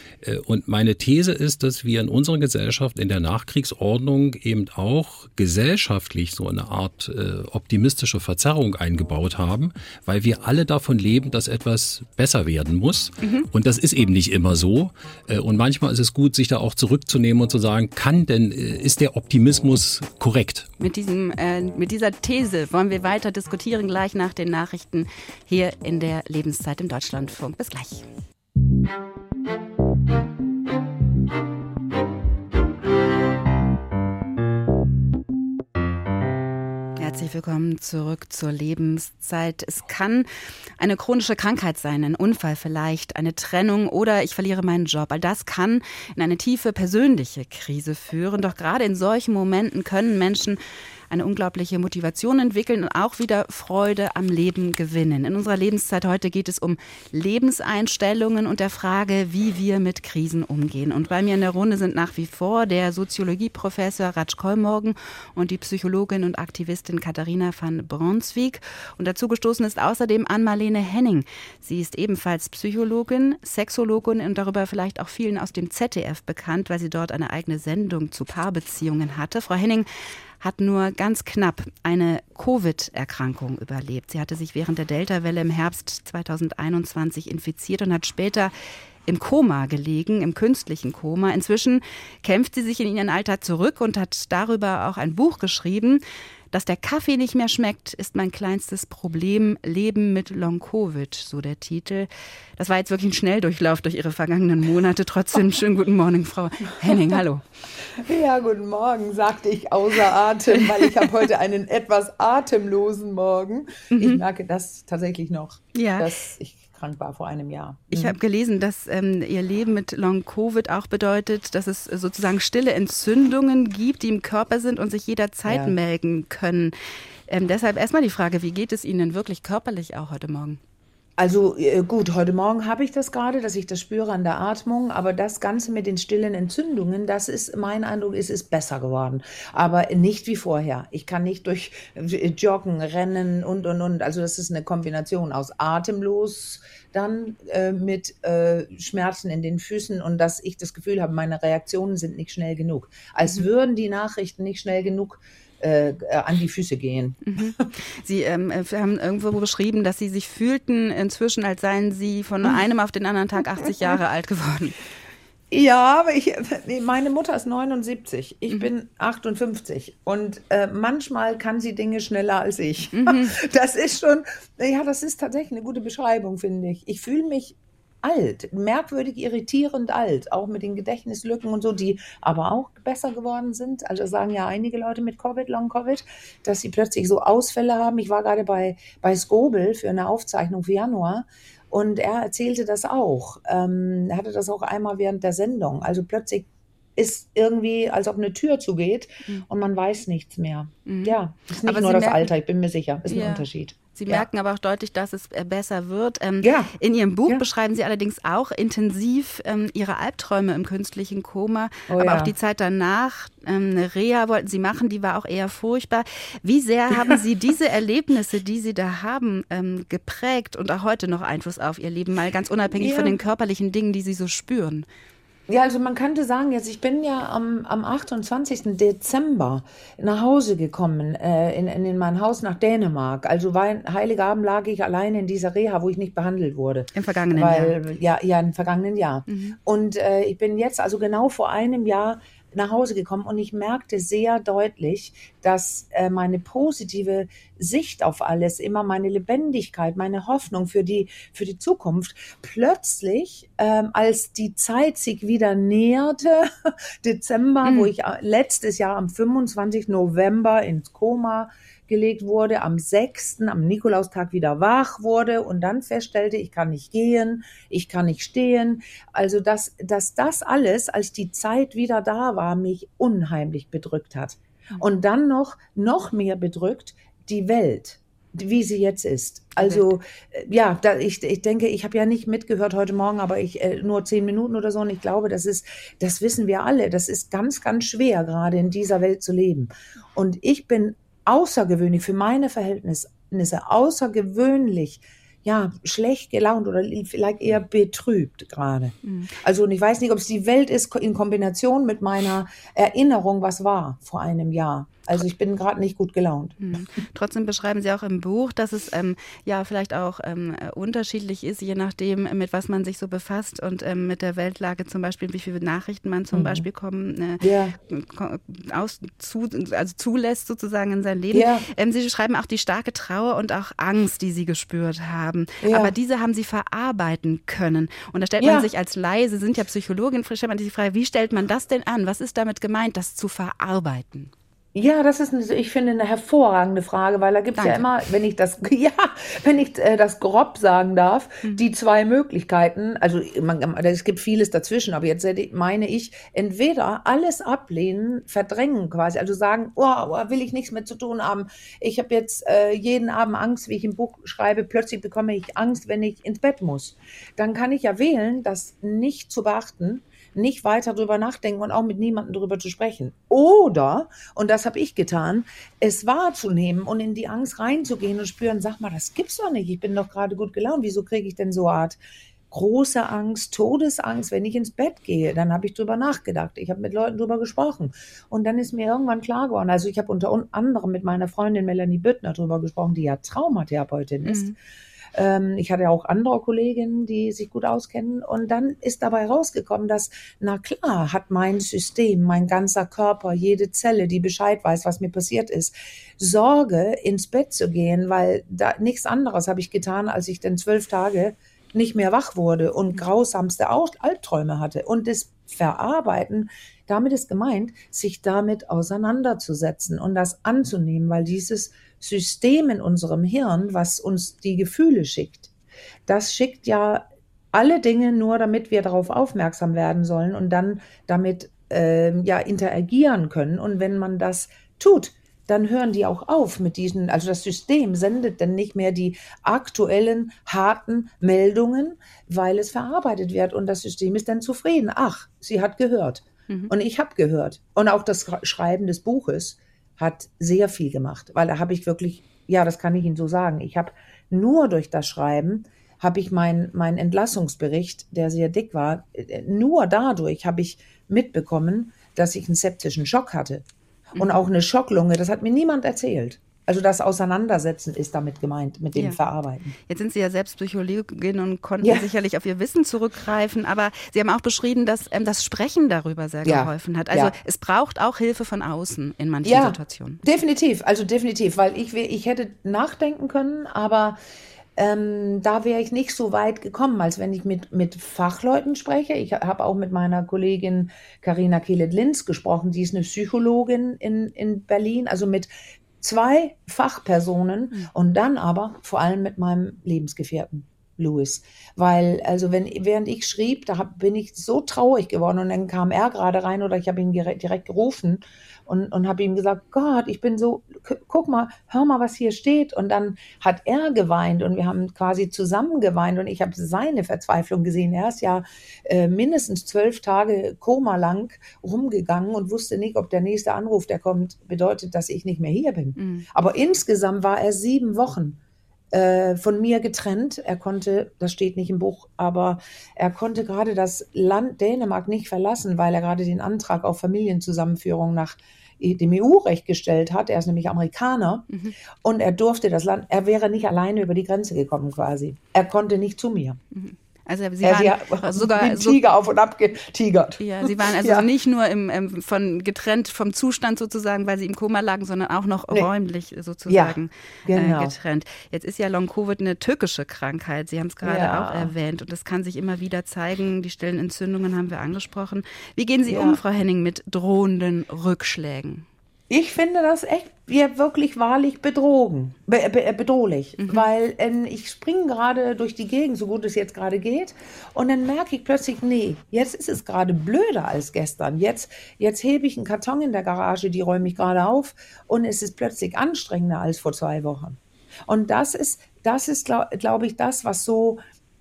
Und meine These ist, dass wir in unserer Gesellschaft in der Nachkriegsordnung eben auch gesellschaftlich so eine Art äh, optimistische Verzerrung eingebaut haben, weil wir alle davon leben, dass etwas besser werden muss. Mhm. Und das ist eben nicht immer so. Äh, und manchmal ist es gut, sich da auch zurückzunehmen und zu sagen, kann denn, äh, ist der Optimismus korrekt? Mit diesem, äh, mit dieser These wollen wir weiter diskutieren, gleich nach den Nachrichten hier in der Lebenszeit im Deutschlandfunk. Bis gleich. Herzlich willkommen zurück zur Lebenszeit. Es kann eine chronische Krankheit sein, ein Unfall vielleicht, eine Trennung oder ich verliere meinen Job. All das kann in eine tiefe persönliche Krise führen. Doch gerade in solchen Momenten können Menschen eine unglaubliche Motivation entwickeln und auch wieder Freude am Leben gewinnen. In unserer Lebenszeit heute geht es um Lebenseinstellungen und der Frage, wie wir mit Krisen umgehen. Und bei mir in der Runde sind nach wie vor der Soziologieprofessor Raj Kolmorgen und die Psychologin und Aktivistin Katharina van Braunswig. Und dazu gestoßen ist außerdem Ann-Marlene Henning. Sie ist ebenfalls Psychologin, Sexologin und darüber vielleicht auch vielen aus dem Z D F bekannt, weil sie dort eine eigene Sendung zu Paarbeziehungen hatte. Frau Henning hat nur ganz knapp eine Covid-Erkrankung überlebt. Sie hatte sich während der Delta-Welle im Herbst zweitausendeinundzwanzig infiziert und hat später im Koma gelegen, im künstlichen Koma. Inzwischen kämpft sie sich in ihren Alltag zurück und hat darüber auch ein Buch geschrieben. Dass der Kaffee nicht mehr schmeckt, ist mein kleinstes Problem. Leben mit Long-Covid, so der Titel. Das war jetzt wirklich ein Schnelldurchlauf durch Ihre vergangenen Monate. Trotzdem schönen guten Morgen, Frau Henning. Hallo. Ja, guten Morgen, sagte ich außer Atem, weil ich habe heute einen etwas atemlosen Morgen. Mhm. Ich merke das tatsächlich noch, ja. dass ich krank war vor einem Jahr. Ich habe gelesen, dass ähm, Ihr Leben mit Long-Covid auch bedeutet, dass es sozusagen stille Entzündungen gibt, die im Körper sind und sich jederzeit ja. melden können. Ähm, deshalb erstmal die Frage, wie geht es Ihnen wirklich körperlich auch heute Morgen? Also äh, gut, heute Morgen habe ich das gerade, dass ich das spüre an der Atmung, aber das Ganze mit den stillen Entzündungen, das ist mein Eindruck, es ist besser geworden, aber nicht wie vorher. Ich kann nicht durch äh, Joggen, Rennen und, und, und, also das ist eine Kombination aus atemlos, dann äh, mit äh, Schmerzen in den Füßen und dass ich das Gefühl habe, meine Reaktionen sind nicht schnell genug. Als mhm. würden die Nachrichten nicht schnell genug Äh, an die Füße gehen. Mhm. Sie ähm, haben irgendwo beschrieben, dass Sie sich fühlten inzwischen, als seien Sie von einem auf den anderen Tag achtzig Jahre alt geworden. Ja, aber ich, meine Mutter ist neunundsiebzig, ich mhm. bin achtundfünfzig und äh, manchmal kann sie Dinge schneller als ich. Mhm. Das ist schon, ja, das ist tatsächlich eine gute Beschreibung, finde ich. Ich fühle mich alt, merkwürdig irritierend alt, auch mit den Gedächtnislücken und so, die aber auch besser geworden sind. Also sagen ja einige Leute mit Covid, Long-Covid, dass sie plötzlich so Ausfälle haben. Ich war gerade bei, bei Skobel für eine Aufzeichnung für Januar und er erzählte das auch. Ähm, er hatte das auch einmal während der Sendung. Also plötzlich ist irgendwie, als ob eine Tür zugeht mhm. und man weiß nichts mehr. Mhm. Ja, ist nicht aber nur Sie das merken, Alter, ich bin mir sicher, ist ja. ein Unterschied. Sie ja. merken aber auch deutlich, dass es besser wird. Ähm, ja. In Ihrem Buch ja. beschreiben Sie allerdings auch intensiv ähm, Ihre Albträume im künstlichen Koma, oh, aber ja. auch die Zeit danach. Ähm, eine Reha wollten Sie machen, die war auch eher furchtbar. Wie sehr haben Sie diese Erlebnisse, die Sie da haben, ähm, geprägt und auch heute noch Einfluss auf Ihr Leben, mal ganz unabhängig ja. von den körperlichen Dingen, die Sie so spüren? Ja, also man könnte sagen, jetzt ich bin ja am, am achtundzwanzigsten Dezember nach Hause gekommen, äh, in, in mein Haus nach Dänemark. Also war Heiligabend lag ich alleine in dieser Reha, wo ich nicht behandelt wurde. Im vergangenen weil, Jahr? Ja, ja, im vergangenen Jahr. Mhm. Und äh, ich bin jetzt also genau vor einem Jahr nach Hause gekommen und ich merkte sehr deutlich, dass äh, meine positive Sicht auf alles, immer meine Lebendigkeit, meine Hoffnung für die, für die Zukunft, plötzlich, ähm, als die Zeit sich wieder näherte, Dezember, mhm. wo ich letztes Jahr am fünfundzwanzigsten November ins Koma gelegt wurde, am sechsten am Nikolaustag wieder wach wurde und dann feststellte, ich kann nicht gehen, ich kann nicht stehen. Also, dass, dass das alles, als die Zeit wieder da war, mich unheimlich bedrückt hat. Und dann noch, noch mehr bedrückt die Welt, wie sie jetzt ist. Also, ja, da, ich, ich denke, ich habe ja nicht mitgehört heute Morgen, aber ich äh, nur zehn Minuten oder so und ich glaube, das ist, das wissen wir alle, das ist ganz, ganz schwer, gerade in dieser Welt zu leben. Und ich bin außergewöhnlich, für meine Verhältnisse außergewöhnlich, ja, schlecht gelaunt oder vielleicht eher betrübt gerade. Mhm. Also, und ich weiß nicht, ob es die Welt ist in Kombination mit meiner Erinnerung, was war vor einem Jahr. Also ich bin gerade nicht gut gelaunt. Mhm. Trotzdem beschreiben Sie auch im Buch, dass es ähm, ja vielleicht auch ähm, unterschiedlich ist, je nachdem, mit was man sich so befasst und ähm, mit der Weltlage zum Beispiel, wie viele Nachrichten man zum mhm. Beispiel kommen, äh, ja. aus, zu, also zulässt sozusagen in sein Leben. Ja. Ähm, Sie beschreiben auch die starke Trauer und auch Angst, die Sie gespürt haben. Ja. Aber diese haben Sie verarbeiten können. Und da stellt ja. man sich als Laie, Sie sind ja Psychologin, stellt man sich die Frage, wie stellt man das denn an? Was ist damit gemeint, das zu verarbeiten? Ja, das ist, eine, ich finde, eine hervorragende Frage, weil da gibt es ja immer, wenn ich das, ja, wenn ich äh, das grob sagen darf, mhm. die zwei Möglichkeiten, also man, es gibt vieles dazwischen, aber jetzt meine ich, entweder alles ablehnen, verdrängen quasi, also sagen, oh, oh will ich nichts mehr zu tun haben, ich habe jetzt äh, jeden Abend Angst, wie ich im Buch schreibe, plötzlich bekomme ich Angst, wenn ich ins Bett muss. Dann kann ich ja wählen, das nicht zu beachten, nicht weiter drüber nachdenken und auch mit niemandem drüber zu sprechen. Oder, und das habe ich getan, es wahrzunehmen und in die Angst reinzugehen und spüren, sag mal, das gibt's doch nicht, ich bin doch gerade gut gelaunt, wieso kriege ich denn so eine Art große Angst, Todesangst, wenn ich ins Bett gehe? Dann habe ich drüber nachgedacht, ich habe mit Leuten drüber gesprochen und dann ist mir irgendwann klar geworden, also ich habe unter anderem mit meiner Freundin Melanie Büttner drüber gesprochen, die ja Traumatherapeutin ist. Mhm. Ich hatte auch andere Kolleginnen, die sich gut auskennen. Und dann ist dabei rausgekommen, dass, na klar, hat mein System, mein ganzer Körper, jede Zelle, die Bescheid weiß, was mir passiert ist, Sorge, ins Bett zu gehen, weil da nichts anderes habe ich getan, als ich dann zwölf Tage nicht mehr wach wurde und grausamste Albträume hatte. Und das Verarbeiten, damit ist gemeint, sich damit auseinanderzusetzen und das anzunehmen, weil dieses System in unserem Hirn, was uns die Gefühle schickt, das schickt ja alle Dinge nur, damit wir darauf aufmerksam werden sollen und dann damit äh, ja interagieren können. Und wenn man das tut, dann hören die auch auf mit diesen, also das System sendet dann nicht mehr die aktuellen, harten Meldungen, weil es verarbeitet wird und das System ist dann zufrieden. Ach, sie hat gehört mhm. und ich habe gehört. Und auch das Schreiben des Buches hat sehr viel gemacht, weil da habe ich wirklich, ja, das kann ich Ihnen so sagen, ich habe nur durch das Schreiben, habe ich meinen mein Entlassungsbericht, der sehr dick war, nur dadurch habe ich mitbekommen, dass ich einen septischen Schock hatte. Und auch eine Schocklunge, das hat mir niemand erzählt. Also das Auseinandersetzen ist damit gemeint, mit dem ja. Verarbeiten. Jetzt sind Sie ja selbst Psychologin und konnten ja. sicherlich auf Ihr Wissen zurückgreifen, aber Sie haben auch beschrieben, dass ähm, das Sprechen darüber sehr ja. geholfen hat. Also ja. es braucht auch Hilfe von außen in manchen ja, Situationen. Definitiv, also definitiv, weil ich, ich hätte nachdenken können, aber ähm, da wäre ich nicht so weit gekommen, als wenn ich mit, mit Fachleuten spreche. Ich habe auch mit meiner Kollegin Carina Kehlet-Linz gesprochen, die ist eine Psychologin in, in Berlin, also mit zwei Fachpersonen mhm. und dann aber vor allem mit meinem Lebensgefährten. Louis, weil also wenn während ich schrieb, da hab, bin ich so traurig geworden und dann kam er gerade rein oder ich habe ihn direkt, direkt gerufen und, und habe ihm gesagt, Gott, ich bin so, guck mal, hör mal, was hier steht und dann hat er geweint und wir haben quasi zusammen geweint und ich habe seine Verzweiflung gesehen. Er ist ja äh, mindestens zwölf Tage Koma lang rumgegangen und wusste nicht, ob der nächste Anruf, der kommt, bedeutet, dass ich nicht mehr hier bin. Mhm. Aber insgesamt war er sieben Wochen von mir getrennt. Er konnte, das steht nicht im Buch, aber er konnte gerade das Land Dänemark nicht verlassen, weil er gerade den Antrag auf Familienzusammenführung nach dem E U-Recht gestellt hat. Er ist nämlich Amerikaner mhm. und er durfte das Land, er wäre nicht alleine über die Grenze gekommen quasi. Er konnte nicht zu mir. Mhm. Also Sie waren ja, sogar wie ein Tiger auf und ab getigert. Ja, Sie waren also ja. nicht nur im, im, von getrennt vom Zustand sozusagen, weil Sie im Koma lagen, sondern auch noch nee. räumlich sozusagen ja, genau. äh, getrennt. Jetzt ist ja Long-Covid eine türkische Krankheit. Sie haben es gerade ja. auch erwähnt und das kann sich immer wieder zeigen. Die stillen Entzündungen haben wir angesprochen. Wie gehen Sie ja. um, Frau Henning, mit drohenden Rückschlägen? Ich finde das echt ja, wirklich wahrlich bedrohen, be, be, bedrohlich, mhm. weil äh, ich springe gerade durch die Gegend, so gut es jetzt gerade geht und dann merke ich plötzlich, nee, jetzt ist es gerade blöder als gestern. Jetzt, jetzt hebe ich einen Karton in der Garage, die räume ich gerade auf und es ist plötzlich anstrengender als vor zwei Wochen. Und das ist, das ist glaube glaub ich, das, was so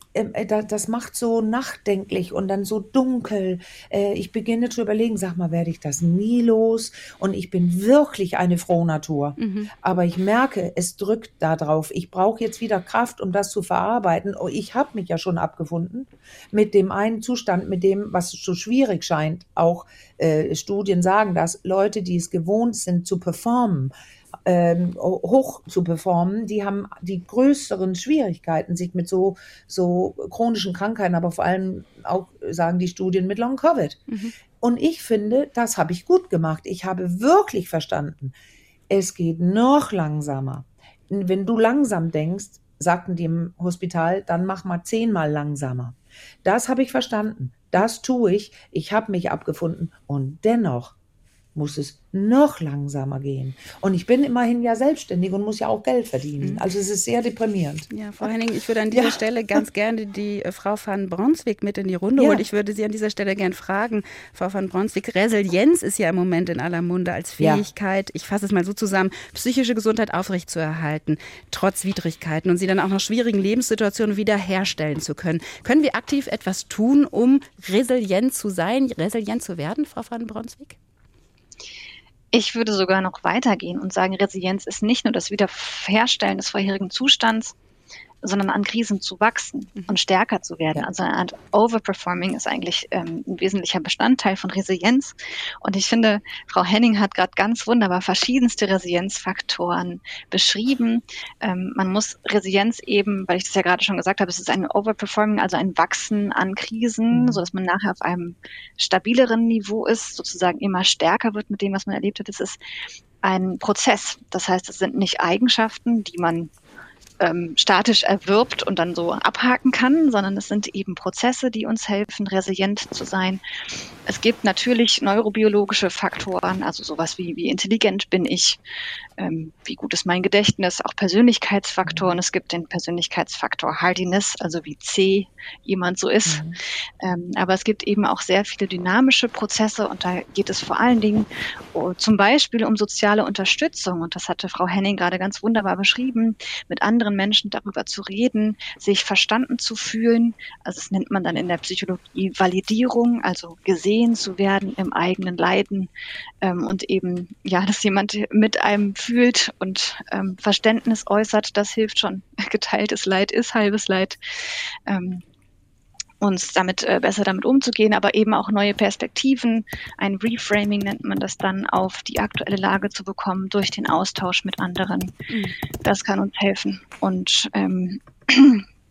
das macht so nachdenklich und dann so dunkel. Ich beginne zu überlegen, sag mal, werde ich das nie los? Und ich bin wirklich eine Frohnatur. Mhm. Aber ich merke, es drückt da drauf. Ich brauche jetzt wieder Kraft, um das zu verarbeiten. Oh, ich habe mich ja schon abgefunden mit dem einen Zustand, mit dem, was so schwierig scheint. Auch äh, Studien sagen das, Leute, die es gewohnt sind zu performen, Ähm, hoch zu performen, die haben die größeren Schwierigkeiten, sich mit so, so chronischen Krankheiten, aber vor allem auch, sagen die Studien, mit Long-Covid. Mhm. Und ich finde, das habe ich gut gemacht. Ich habe wirklich verstanden, es geht noch langsamer. Wenn du langsam denkst, sagten die im Hospital, dann mach mal zehnmal langsamer. Das habe ich verstanden. Das tue ich. Ich habe mich abgefunden und dennoch muss es noch langsamer gehen. Und ich bin immerhin ja selbstständig und muss ja auch Geld verdienen. Mhm. Also es ist sehr deprimierend. Ja, Frau Henning, ich würde an dieser ja. Stelle ganz gerne die äh, Frau van Bronswijk mit in die Runde ja. holen. Ich würde Sie an dieser Stelle gerne fragen, Frau van Bronswijk, Resilienz ist ja im Moment in aller Munde als Fähigkeit, ja. ich fasse es mal so zusammen, psychische Gesundheit aufrechtzuerhalten, trotz Widrigkeiten und sie dann auch nach schwierigen Lebenssituationen wiederherstellen zu können. Können wir aktiv etwas tun, um resilient zu sein, resilient zu werden, Frau van Bronswijk? Ich würde sogar noch weitergehen und sagen, Resilienz ist nicht nur das Wiederherstellen des vorherigen Zustands, sondern an Krisen zu wachsen mhm. und stärker zu werden. Ja. Also eine Art Overperforming ist eigentlich ähm, ein wesentlicher Bestandteil von Resilienz. Und ich finde, Frau Henning hat gerade ganz wunderbar verschiedenste Resilienzfaktoren beschrieben. Ähm, man muss Resilienz eben, weil ich das ja gerade schon gesagt habe, es ist ein Overperforming, also ein Wachsen an Krisen, mhm. sodass man nachher auf einem stabileren Niveau ist, sozusagen immer stärker wird mit dem, was man erlebt hat. Es ist ein Prozess. Das heißt, es sind nicht Eigenschaften, die man Ähm, statisch erwirbt und dann so abhaken kann, sondern es sind eben Prozesse, die uns helfen, resilient zu sein. Es gibt natürlich neurobiologische Faktoren, also sowas wie, wie intelligent bin ich, ähm, wie gut ist mein Gedächtnis, auch Persönlichkeitsfaktoren. Es gibt den Persönlichkeitsfaktor Hardiness, also wie zäh jemand so ist. Mhm. Ähm, aber es gibt eben auch sehr viele dynamische Prozesse und da geht es vor allen Dingen oh, zum Beispiel um soziale Unterstützung und das hatte Frau Henning gerade ganz wunderbar beschrieben, mit anderen Menschen darüber zu reden, sich verstanden zu fühlen. Also das nennt man dann in der Psychologie Validierung, also gesehen zu werden im eigenen Leiden ähm, und eben, ja, dass jemand mit einem fühlt und ähm, Verständnis äußert, das hilft schon. Geteiltes Leid ist halbes Leid. Ähm, uns damit äh, besser damit umzugehen, aber eben auch neue Perspektiven, ein Reframing nennt man das dann, auf die aktuelle Lage zu bekommen durch den Austausch mit anderen. Mhm. Das kann uns helfen. Und ähm,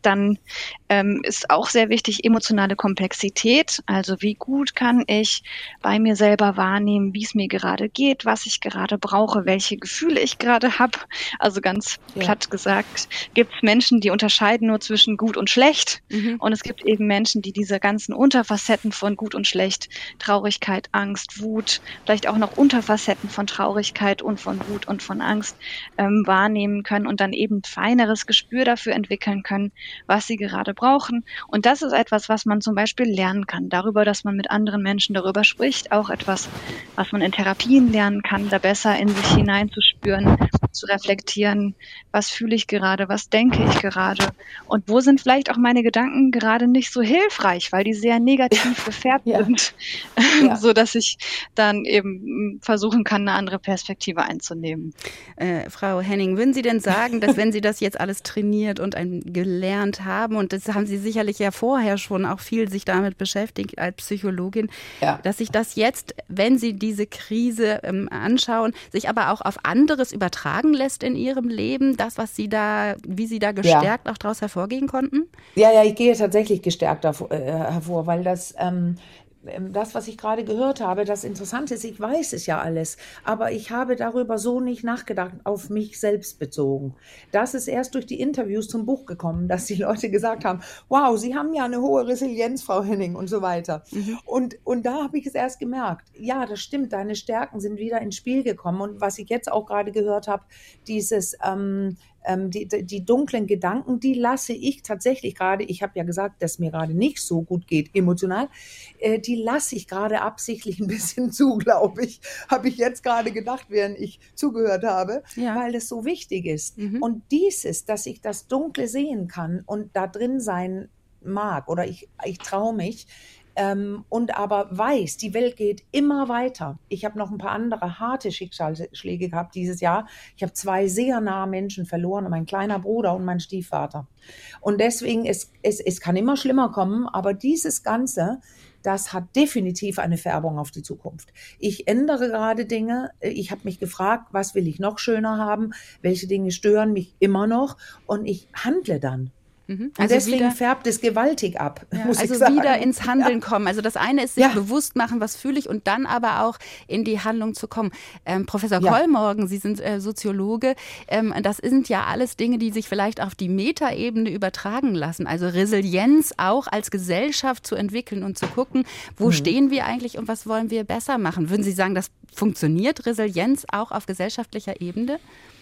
Dann ähm, ist auch sehr wichtig emotionale Komplexität. Also wie gut kann ich bei mir selber wahrnehmen, wie es mir gerade geht, was ich gerade brauche, welche Gefühle ich gerade habe. Also ganz ja. platt gesagt, gibt es Menschen, die unterscheiden nur zwischen gut und schlecht. Mhm. Und es gibt eben Menschen, die diese ganzen Unterfacetten von gut und schlecht, Traurigkeit, Angst, Wut, vielleicht auch noch Unterfacetten von Traurigkeit und von Wut und von Angst ähm, wahrnehmen können und dann eben feineres Gespür dafür entwickeln können, was sie gerade brauchen. Und das ist etwas, was man zum Beispiel lernen kann, darüber, dass man mit anderen Menschen darüber spricht, auch etwas, was man in Therapien lernen kann, da besser in sich hineinzuspüren, zu reflektieren, was fühle ich gerade, was denke ich gerade und wo sind vielleicht auch meine Gedanken gerade nicht so hilfreich, weil die sehr negativ gefärbt ja. sind, ja. so dass ich dann eben versuchen kann, eine andere Perspektive einzunehmen. Äh, Frau Henning, würden Sie denn sagen, dass wenn Sie das jetzt alles trainiert und ein, gelernt haben, und das haben Sie sicherlich ja vorher schon auch viel sich damit beschäftigt als Psychologin, ja. dass sich das jetzt, wenn Sie diese Krise ähm, anschauen, sich aber auch auf anderes übertragen lässt in Ihrem Leben, das, was Sie da, wie Sie da gestärkt ja. auch daraus hervorgehen konnten? Ja, ja, ich gehe tatsächlich gestärkt davor, äh, hervor, weil das ähm, Das, was ich gerade gehört habe, das Interessante ist, ich weiß es ja alles, aber ich habe darüber so nicht nachgedacht, auf mich selbst bezogen. Das ist erst durch die Interviews zum Buch gekommen, dass die Leute gesagt haben, wow, Sie haben ja eine hohe Resilienz, Frau Henning und so weiter. Mhm. Und, und da habe ich es erst gemerkt, ja, das stimmt, deine Stärken sind wieder ins Spiel gekommen. Und was ich jetzt auch gerade gehört habe, dieses ähm, Die, die dunklen Gedanken, die lasse ich tatsächlich gerade, ich habe ja gesagt, dass mir gerade nicht so gut geht, emotional, äh, die lasse ich gerade absichtlich ein bisschen zu, glaube ich, habe ich jetzt gerade gedacht, während ich zugehört habe, ja. weil das so wichtig ist. Mhm. Und dieses, dass ich das Dunkle sehen kann und da drin sein mag oder ich, ich traue mich, Ähm, und aber weiß, die Welt geht immer weiter. Ich habe noch ein paar andere harte Schicksalsschläge gehabt dieses Jahr. Ich habe zwei sehr nahe Menschen verloren, mein kleiner Bruder und mein Stiefvater. Und deswegen, es, es, es kann immer schlimmer kommen, aber dieses Ganze, das hat definitiv eine Färbung auf die Zukunft. Ich ändere gerade Dinge. Ich habe mich gefragt, was will ich noch schöner haben? Welche Dinge stören mich immer noch? Und ich handle dann. Mhm. Also und deswegen wieder, färbt es gewaltig ab. Ja, muss also ich sagen. wieder ins Handeln ja. kommen. Also das eine ist sich ja. bewusst machen, was fühle ich, und dann aber auch in die Handlung zu kommen. Ähm, Professor ja. Kollmorgen, Sie sind äh, Soziologe. Ähm, das sind ja alles Dinge, die sich vielleicht auf die Metaebene übertragen lassen. Also Resilienz auch als Gesellschaft zu entwickeln und zu gucken, wo mhm. stehen wir eigentlich und was wollen wir besser machen. Würden Sie sagen, das funktioniert, Resilienz auch auf gesellschaftlicher Ebene?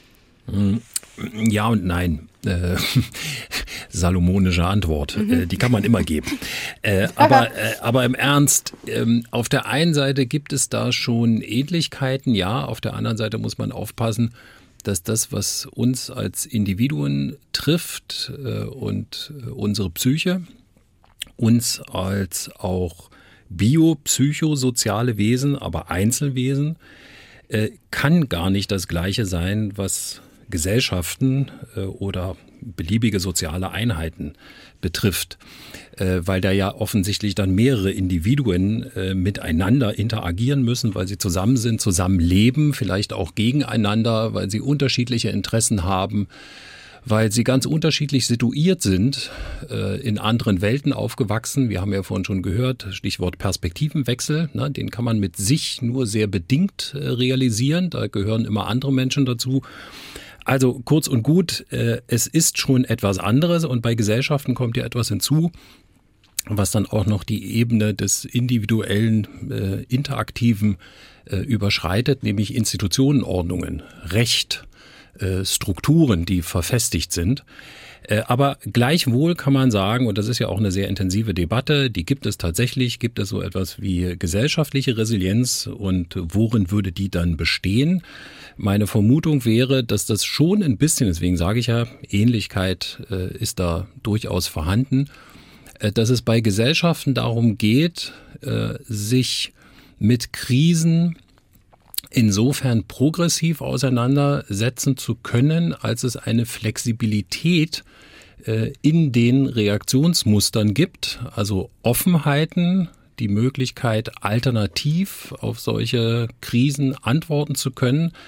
Ja und nein. Äh, salomonische Antwort. Mhm. Äh, die kann man immer geben. Äh, aber, äh, aber im Ernst, äh, auf der einen Seite gibt es da schon Ähnlichkeiten, ja. Auf der anderen Seite muss man aufpassen, dass das, was uns als Individuen trifft äh, und äh, unsere Psyche, uns als auch biopsychosoziale Wesen, aber Einzelwesen, äh, kann gar nicht das Gleiche sein, was Gesellschaften äh, oder beliebige soziale Einheiten betrifft, äh, weil da ja offensichtlich dann mehrere Individuen äh, miteinander interagieren müssen, weil sie zusammen sind, zusammen leben, vielleicht auch gegeneinander, weil sie unterschiedliche Interessen haben, weil sie ganz unterschiedlich situiert sind, äh, in anderen Welten aufgewachsen. Wir haben ja vorhin schon gehört, Stichwort Perspektivenwechsel, ne, den kann man mit sich nur sehr bedingt äh, realisieren. Da gehören immer andere Menschen dazu. Also kurz und gut, äh, es ist schon etwas anderes, und bei Gesellschaften kommt ja etwas hinzu, was dann auch noch die Ebene des individuellen, äh, interaktiven äh, überschreitet, nämlich Institutionenordnungen, Recht, äh, Strukturen, die verfestigt sind. Äh, aber gleichwohl kann man sagen, und das ist ja auch eine sehr intensive Debatte, die gibt es tatsächlich, gibt es so etwas wie gesellschaftliche Resilienz, und worin würde die dann bestehen? Meine Vermutung wäre, dass das schon ein bisschen, deswegen sage ich ja, Ähnlichkeit äh, ist da durchaus vorhanden, äh, dass es bei Gesellschaften darum geht, äh, sich mit Krisen insofern progressiv auseinandersetzen zu können, als es eine Flexibilität äh, in den Reaktionsmustern gibt, also Offenheiten, die Möglichkeit, alternativ auf solche Krisen antworten zu können,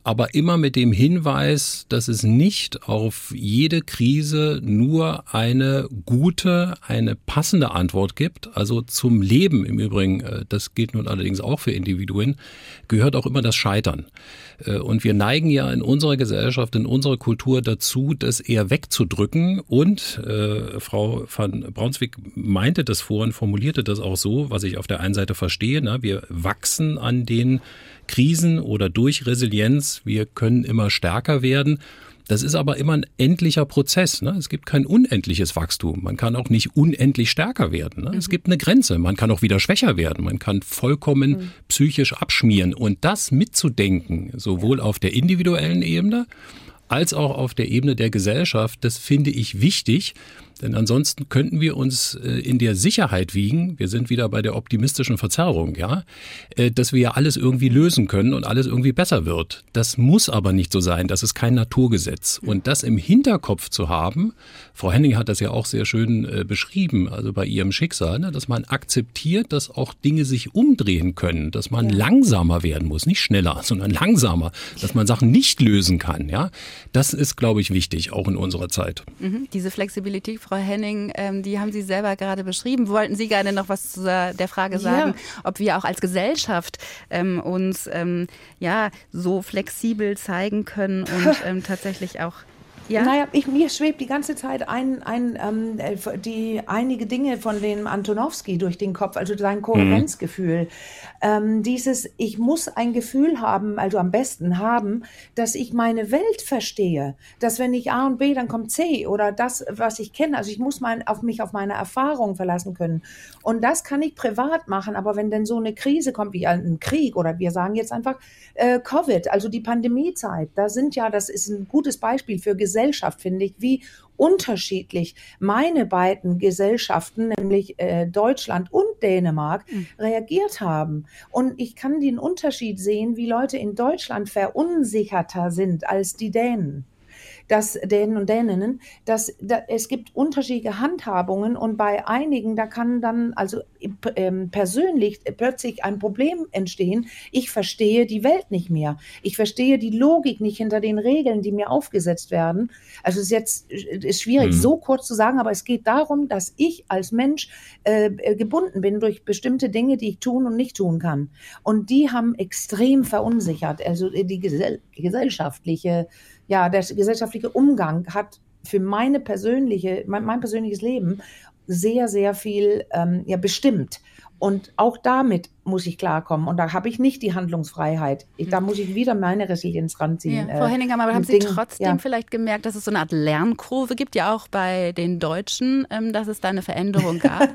aber immer mit dem Hinweis, dass es nicht auf jede Krise nur eine gute, eine passende Antwort gibt. Also zum Leben im Übrigen, das gilt nun allerdings auch für Individuen, gehört auch immer das Scheitern. Und wir neigen ja in unserer Gesellschaft, in unserer Kultur dazu, das eher wegzudrücken. Und äh, Frau van Brunswijk meinte das vorhin, formulierte das auch so, was ich auf der einen Seite verstehe. Na, wir wachsen an den Krisen oder durch Resilienz. Wir können immer stärker werden. Das ist aber immer ein endlicher Prozess. Ne? Es gibt kein unendliches Wachstum. Man kann auch nicht unendlich stärker werden. Ne? Mhm. Es gibt eine Grenze. Man kann auch wieder schwächer werden. Man kann vollkommen mhm. psychisch abschmieren. Und das mitzudenken, sowohl auf der individuellen Ebene als auch auf der Ebene der Gesellschaft, das finde ich wichtig. Denn ansonsten könnten wir uns in der Sicherheit wiegen, wir sind wieder bei der optimistischen Verzerrung, ja, dass wir ja alles irgendwie lösen können und alles irgendwie besser wird. Das muss aber nicht so sein, das ist kein Naturgesetz. Und das im Hinterkopf zu haben, Frau Henning hat das ja auch sehr schön äh, beschrieben, also bei ihrem Schicksal, ne, dass man akzeptiert, dass auch Dinge sich umdrehen können, dass man ja. langsamer werden muss, nicht schneller, sondern langsamer, dass man Sachen nicht lösen kann, ja. Das ist, glaube ich, wichtig, auch in unserer Zeit. Mhm. Diese Flexibilität, Frau Henning, ähm, die haben Sie selber gerade beschrieben. Wollten Sie gerne noch was zu der Frage sagen, ja. ob wir auch als Gesellschaft ähm, uns ähm, ja, so flexibel zeigen können und ähm, tatsächlich auch... Ja. Naja, ich, mir schwebt die ganze Zeit ein, ein, ähm, die, einige Dinge von dem Antonowski durch den Kopf, also sein Kohärenzgefühl. Mhm. Ähm, dieses, ich muss ein Gefühl haben, also am besten haben, dass ich meine Welt verstehe. Dass wenn ich A und B, dann kommt C oder das, was ich kenne. Also ich muss mein, auf mich auf meine Erfahrung verlassen können. Und das kann ich privat machen, aber wenn denn so eine Krise kommt, wie ein Krieg oder wir sagen jetzt einfach äh, Covid, also die Pandemiezeit, da sind ja, das ist ein gutes Beispiel für Gesellschaft, Gesellschaft, finde ich, wie unterschiedlich meine beiden Gesellschaften, nämlich äh, Deutschland und Dänemark, mhm. reagiert haben. Und ich kann den Unterschied sehen, wie Leute in Deutschland verunsicherter sind als die Dänen. Dass Dänen und Däninnen, dass da, es gibt unterschiedliche Handhabungen und bei einigen, da kann dann also ähm, persönlich plötzlich ein Problem entstehen. Ich verstehe die Welt nicht mehr. Ich verstehe die Logik nicht hinter den Regeln, die mir aufgesetzt werden. Also es ist jetzt ist schwierig, mhm. so kurz zu sagen, aber es geht darum, dass ich als Mensch äh, gebunden bin durch bestimmte Dinge, die ich tun und nicht tun kann. Und die haben extrem verunsichert. Also die gesell- gesellschaftliche Ja, der gesellschaftliche Umgang hat für meine persönliche, mein, mein persönliches Leben sehr, sehr viel ähm, ja, bestimmt. Und auch damit muss ich klarkommen. Und da habe ich nicht die Handlungsfreiheit. Ich, da muss ich wieder meine Resilienz ranziehen. Ja, Frau Henninger, aber haben Sie Dingen, trotzdem ja. vielleicht gemerkt, dass es so eine Art Lernkurve gibt, ja auch bei den Deutschen, ähm, dass es da eine Veränderung gab?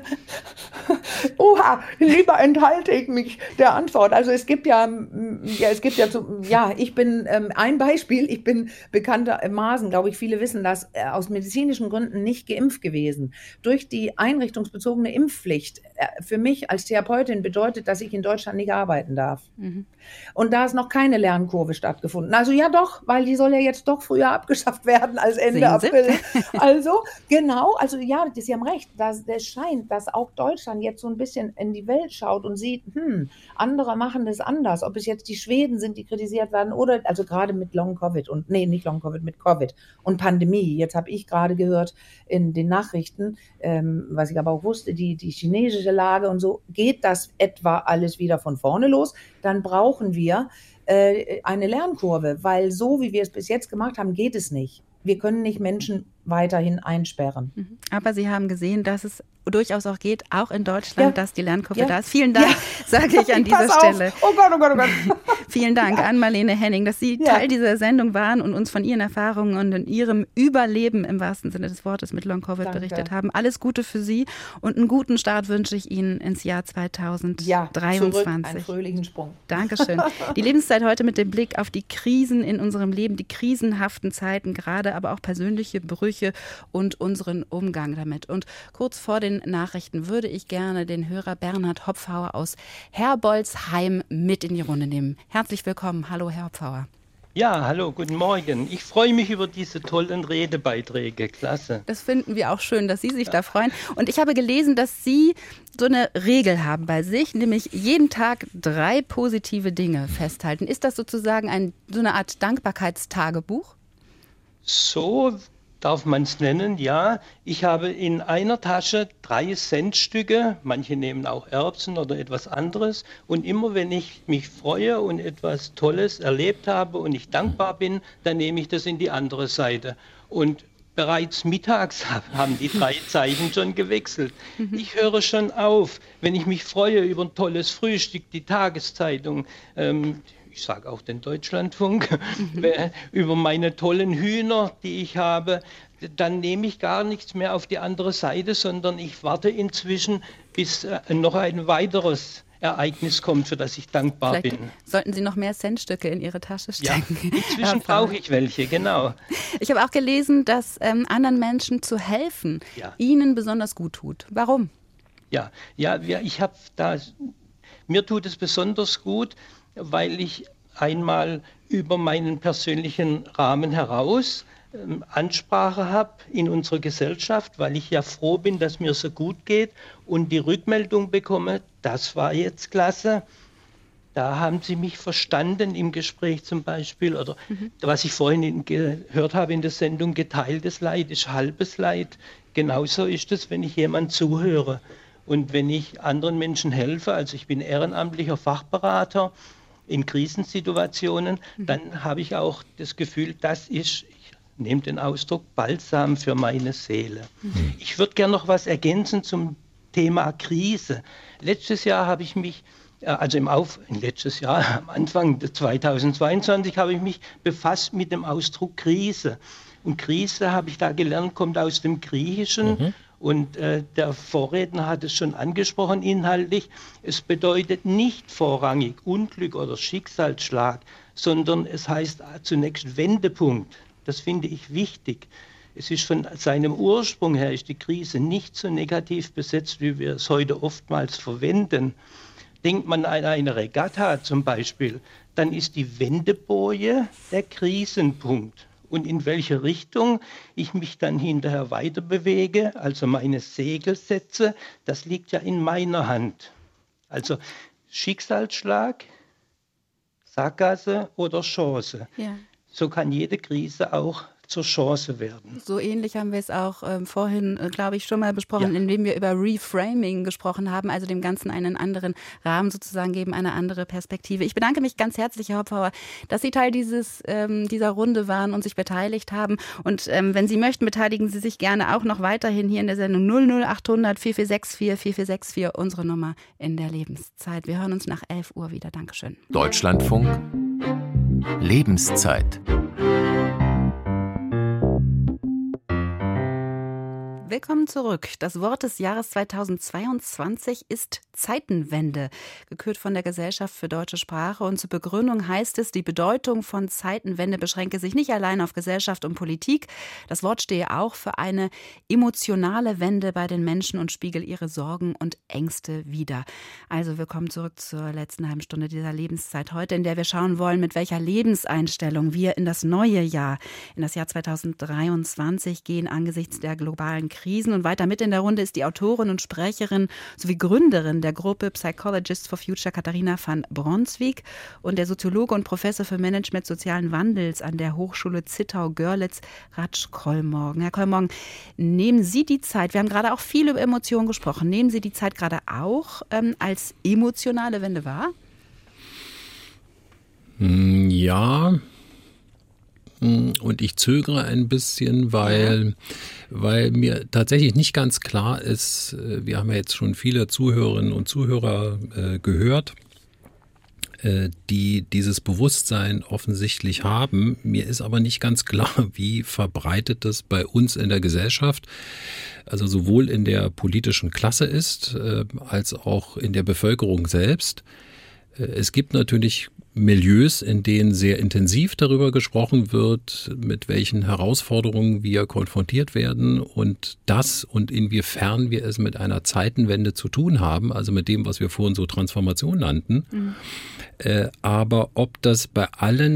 Oha, lieber enthalte ich mich der Antwort. Also es gibt ja, ja es gibt ja, so, ja, ich bin ähm, ein Beispiel, ich bin bekanntermaßen, glaube ich, viele wissen das, äh, aus medizinischen Gründen nicht geimpft gewesen. Durch die einrichtungsbezogene Impfpflicht äh, für mich als Therapeutin bedeutet, dass ich in Deutschland nicht arbeiten darf. Mhm. Und da ist noch keine Lernkurve stattgefunden. Also ja doch, weil die soll ja jetzt doch früher abgeschafft werden als Ende April. Also genau, also ja, Sie haben recht. Das, das scheint, dass auch Deutschland jetzt so ein bisschen in die Welt schaut und sieht, hm, andere machen das anders. Ob es jetzt die Schweden sind, die kritisiert werden oder, also gerade mit Long-Covid und, nee, nicht Long-Covid, mit Covid und Pandemie. Jetzt habe ich gerade gehört in den Nachrichten, ähm, was ich aber auch wusste, die, die chinesische Lage und so, geht das etwa alles wieder von vorne los, dann brauchen wir äh, eine Lernkurve, weil so, wie wir es bis jetzt gemacht haben, geht es nicht. Wir können nicht Menschen weiterhin einsperren. Aber Sie haben gesehen, dass es durchaus auch geht, auch in Deutschland, ja. dass die Lernkurve ja. da ist. Vielen Dank, ja. sage ich an dieser Pass Stelle. Auf. Oh Gott, oh Gott, oh Gott. Vielen Dank ja. an Marlene Henning, dass Sie ja. Teil dieser Sendung waren und uns von Ihren Erfahrungen und in Ihrem Überleben im wahrsten Sinne des Wortes mit Long-Covid Danke. berichtet haben. Alles Gute für Sie und einen guten Start wünsche ich Ihnen ins Jahr zweitausenddreiundzwanzig. Ja, zurück, einen fröhlichen Sprung. Dankeschön. Die Lebenszeit heute mit dem Blick auf die Krisen in unserem Leben, die krisenhaften Zeiten gerade, aber auch persönliche Brüche und unseren Umgang damit. Und kurz vor den Nachrichten würde ich gerne den Hörer Bernhard Hopfauer aus Herbolzheim mit in die Runde nehmen. Herzlich willkommen. Hallo, Herr Hopfauer. Ja, hallo, guten Morgen. Ich freue mich über diese tollen Redebeiträge. Klasse. Das finden wir auch schön, dass Sie sich da freuen. Und ich habe gelesen, dass Sie so eine Regel haben bei sich, nämlich jeden Tag drei positive Dinge festhalten. Ist das sozusagen ein, so eine Art Dankbarkeitstagebuch? So darf man es nennen, ja. Ich habe in einer Tasche drei Centstücke, manche nehmen auch Erbsen oder etwas anderes. Und immer wenn ich mich freue und etwas Tolles erlebt habe und ich dankbar bin, dann nehme ich das in die andere Seite. Und bereits mittags haben die drei Zeichen schon gewechselt. Ich höre schon auf, wenn ich mich freue über ein tolles Frühstück, die Tageszeitung, ähm, ich sage auch den Deutschlandfunk, mhm. über meine tollen Hühner, die ich habe, dann nehme ich gar nichts mehr auf die andere Seite, sondern ich warte inzwischen, bis äh, noch ein weiteres Ereignis kommt, für das ich dankbar Vielleicht bin. Sollten Sie noch mehr Centstücke in Ihre Tasche stecken? Ja, inzwischen brauche ich welche, genau. Ich habe auch gelesen, dass ähm, anderen Menschen zu helfen ja. Ihnen besonders gut tut. Warum? Ja, ja, ja ich habe da, mir tut es besonders gut, weil ich einmal über meinen persönlichen Rahmen heraus ähm, Ansprache habe in unserer Gesellschaft, weil ich ja froh bin, dass mir so gut geht und die Rückmeldung bekomme, das war jetzt klasse. Da haben Sie mich verstanden im Gespräch zum Beispiel, oder mhm. was ich vorhin in, gehört habe in der Sendung, geteiltes Leid ist halbes Leid. Genauso ist es, wenn ich jemand zuhöre. Und wenn ich anderen Menschen helfe, also ich bin ehrenamtlicher Fachberater in Krisensituationen, mhm. dann habe ich auch das Gefühl, das ist, ich nehme den Ausdruck, Balsam für meine Seele. Mhm. Ich würde gerne noch was ergänzen zum Thema Krise. Letztes Jahr habe ich mich, also im Auf, letztes Jahr, am Anfang zweitausendzweiundzwanzig, habe ich mich befasst mit dem Ausdruck Krise. Und Krise, habe ich da gelernt, kommt aus dem Griechischen. Mhm. Und äh, der Vorredner hat es schon angesprochen inhaltlich, es bedeutet nicht vorrangig Unglück oder Schicksalsschlag, sondern es heißt zunächst Wendepunkt. Das finde ich wichtig. Es ist von seinem Ursprung her, ist die Krise nicht so negativ besetzt, wie wir es heute oftmals verwenden. Denkt man an eine Regatta zum Beispiel, dann ist die Wendeboje der Krisenpunkt. Und in welche Richtung ich mich dann hinterher weiter bewege, also meine Segel setze, das liegt ja in meiner Hand. Also Schicksalsschlag, Sackgasse oder Chance. Ja. So kann jede Krise auch zur Chance werden. So ähnlich haben wir es auch ähm, vorhin, äh, glaube ich, schon mal besprochen, ja. indem wir über Reframing gesprochen haben, also dem Ganzen einen anderen Rahmen sozusagen geben, eine andere Perspektive. Ich bedanke mich ganz herzlich, Herr Hopfauer, dass Sie Teil dieses, ähm, dieser Runde waren und sich beteiligt haben. Und ähm, wenn Sie möchten, beteiligen Sie sich gerne auch noch weiterhin hier in der Sendung null null achthundert vier vier sechs vier vier vier sechs vier, unsere Nummer in der Lebenszeit. Wir hören uns nach elf Uhr wieder. Dankeschön. Deutschlandfunk Lebenszeit. Willkommen zurück. Das Wort des Jahres zweitausendzweiundzwanzig ist Zeitenwende, gekürt von der Gesellschaft für deutsche Sprache. Und zur Begründung heißt es, die Bedeutung von Zeitenwende beschränke sich nicht allein auf Gesellschaft und Politik. Das Wort stehe auch für eine emotionale Wende bei den Menschen und spiegel ihre Sorgen und Ängste wider. Also willkommen zurück zur letzten halben Stunde dieser Lebenszeit heute, in der wir schauen wollen, mit welcher Lebenseinstellung wir in das neue Jahr, in das Jahr zweitausenddreiundzwanzig gehen angesichts der globalen Krise. Krisen. Und weiter mit in der Runde ist die Autorin und Sprecherin sowie Gründerin der Gruppe Psychologists for Future Katharina van Bronswijk und der Soziologe und Professor für Management sozialen Wandels an der Hochschule Zittau-Görlitz, Ratsch Kollmorgen. Herr Kollmorgen, nehmen Sie die Zeit, wir haben gerade auch viel über Emotionen gesprochen, nehmen Sie die Zeit gerade auch ähm, als emotionale Wende wahr? Ja. Und ich zögere ein bisschen, weil, weil mir tatsächlich nicht ganz klar ist, wir haben ja jetzt schon viele Zuhörerinnen und Zuhörer äh, gehört, äh, die dieses Bewusstsein offensichtlich haben. Mir ist aber nicht ganz klar, wie verbreitet das bei uns in der Gesellschaft, also sowohl in der politischen Klasse ist, äh, als auch in der Bevölkerung selbst. Äh, es gibt natürlich Milieus, in denen sehr intensiv darüber gesprochen wird, mit welchen Herausforderungen wir konfrontiert werden und das und inwiefern wir es mit einer Zeitenwende zu tun haben, also mit dem, was wir vorhin so Transformation nannten. Mhm. Äh, aber ob das bei allen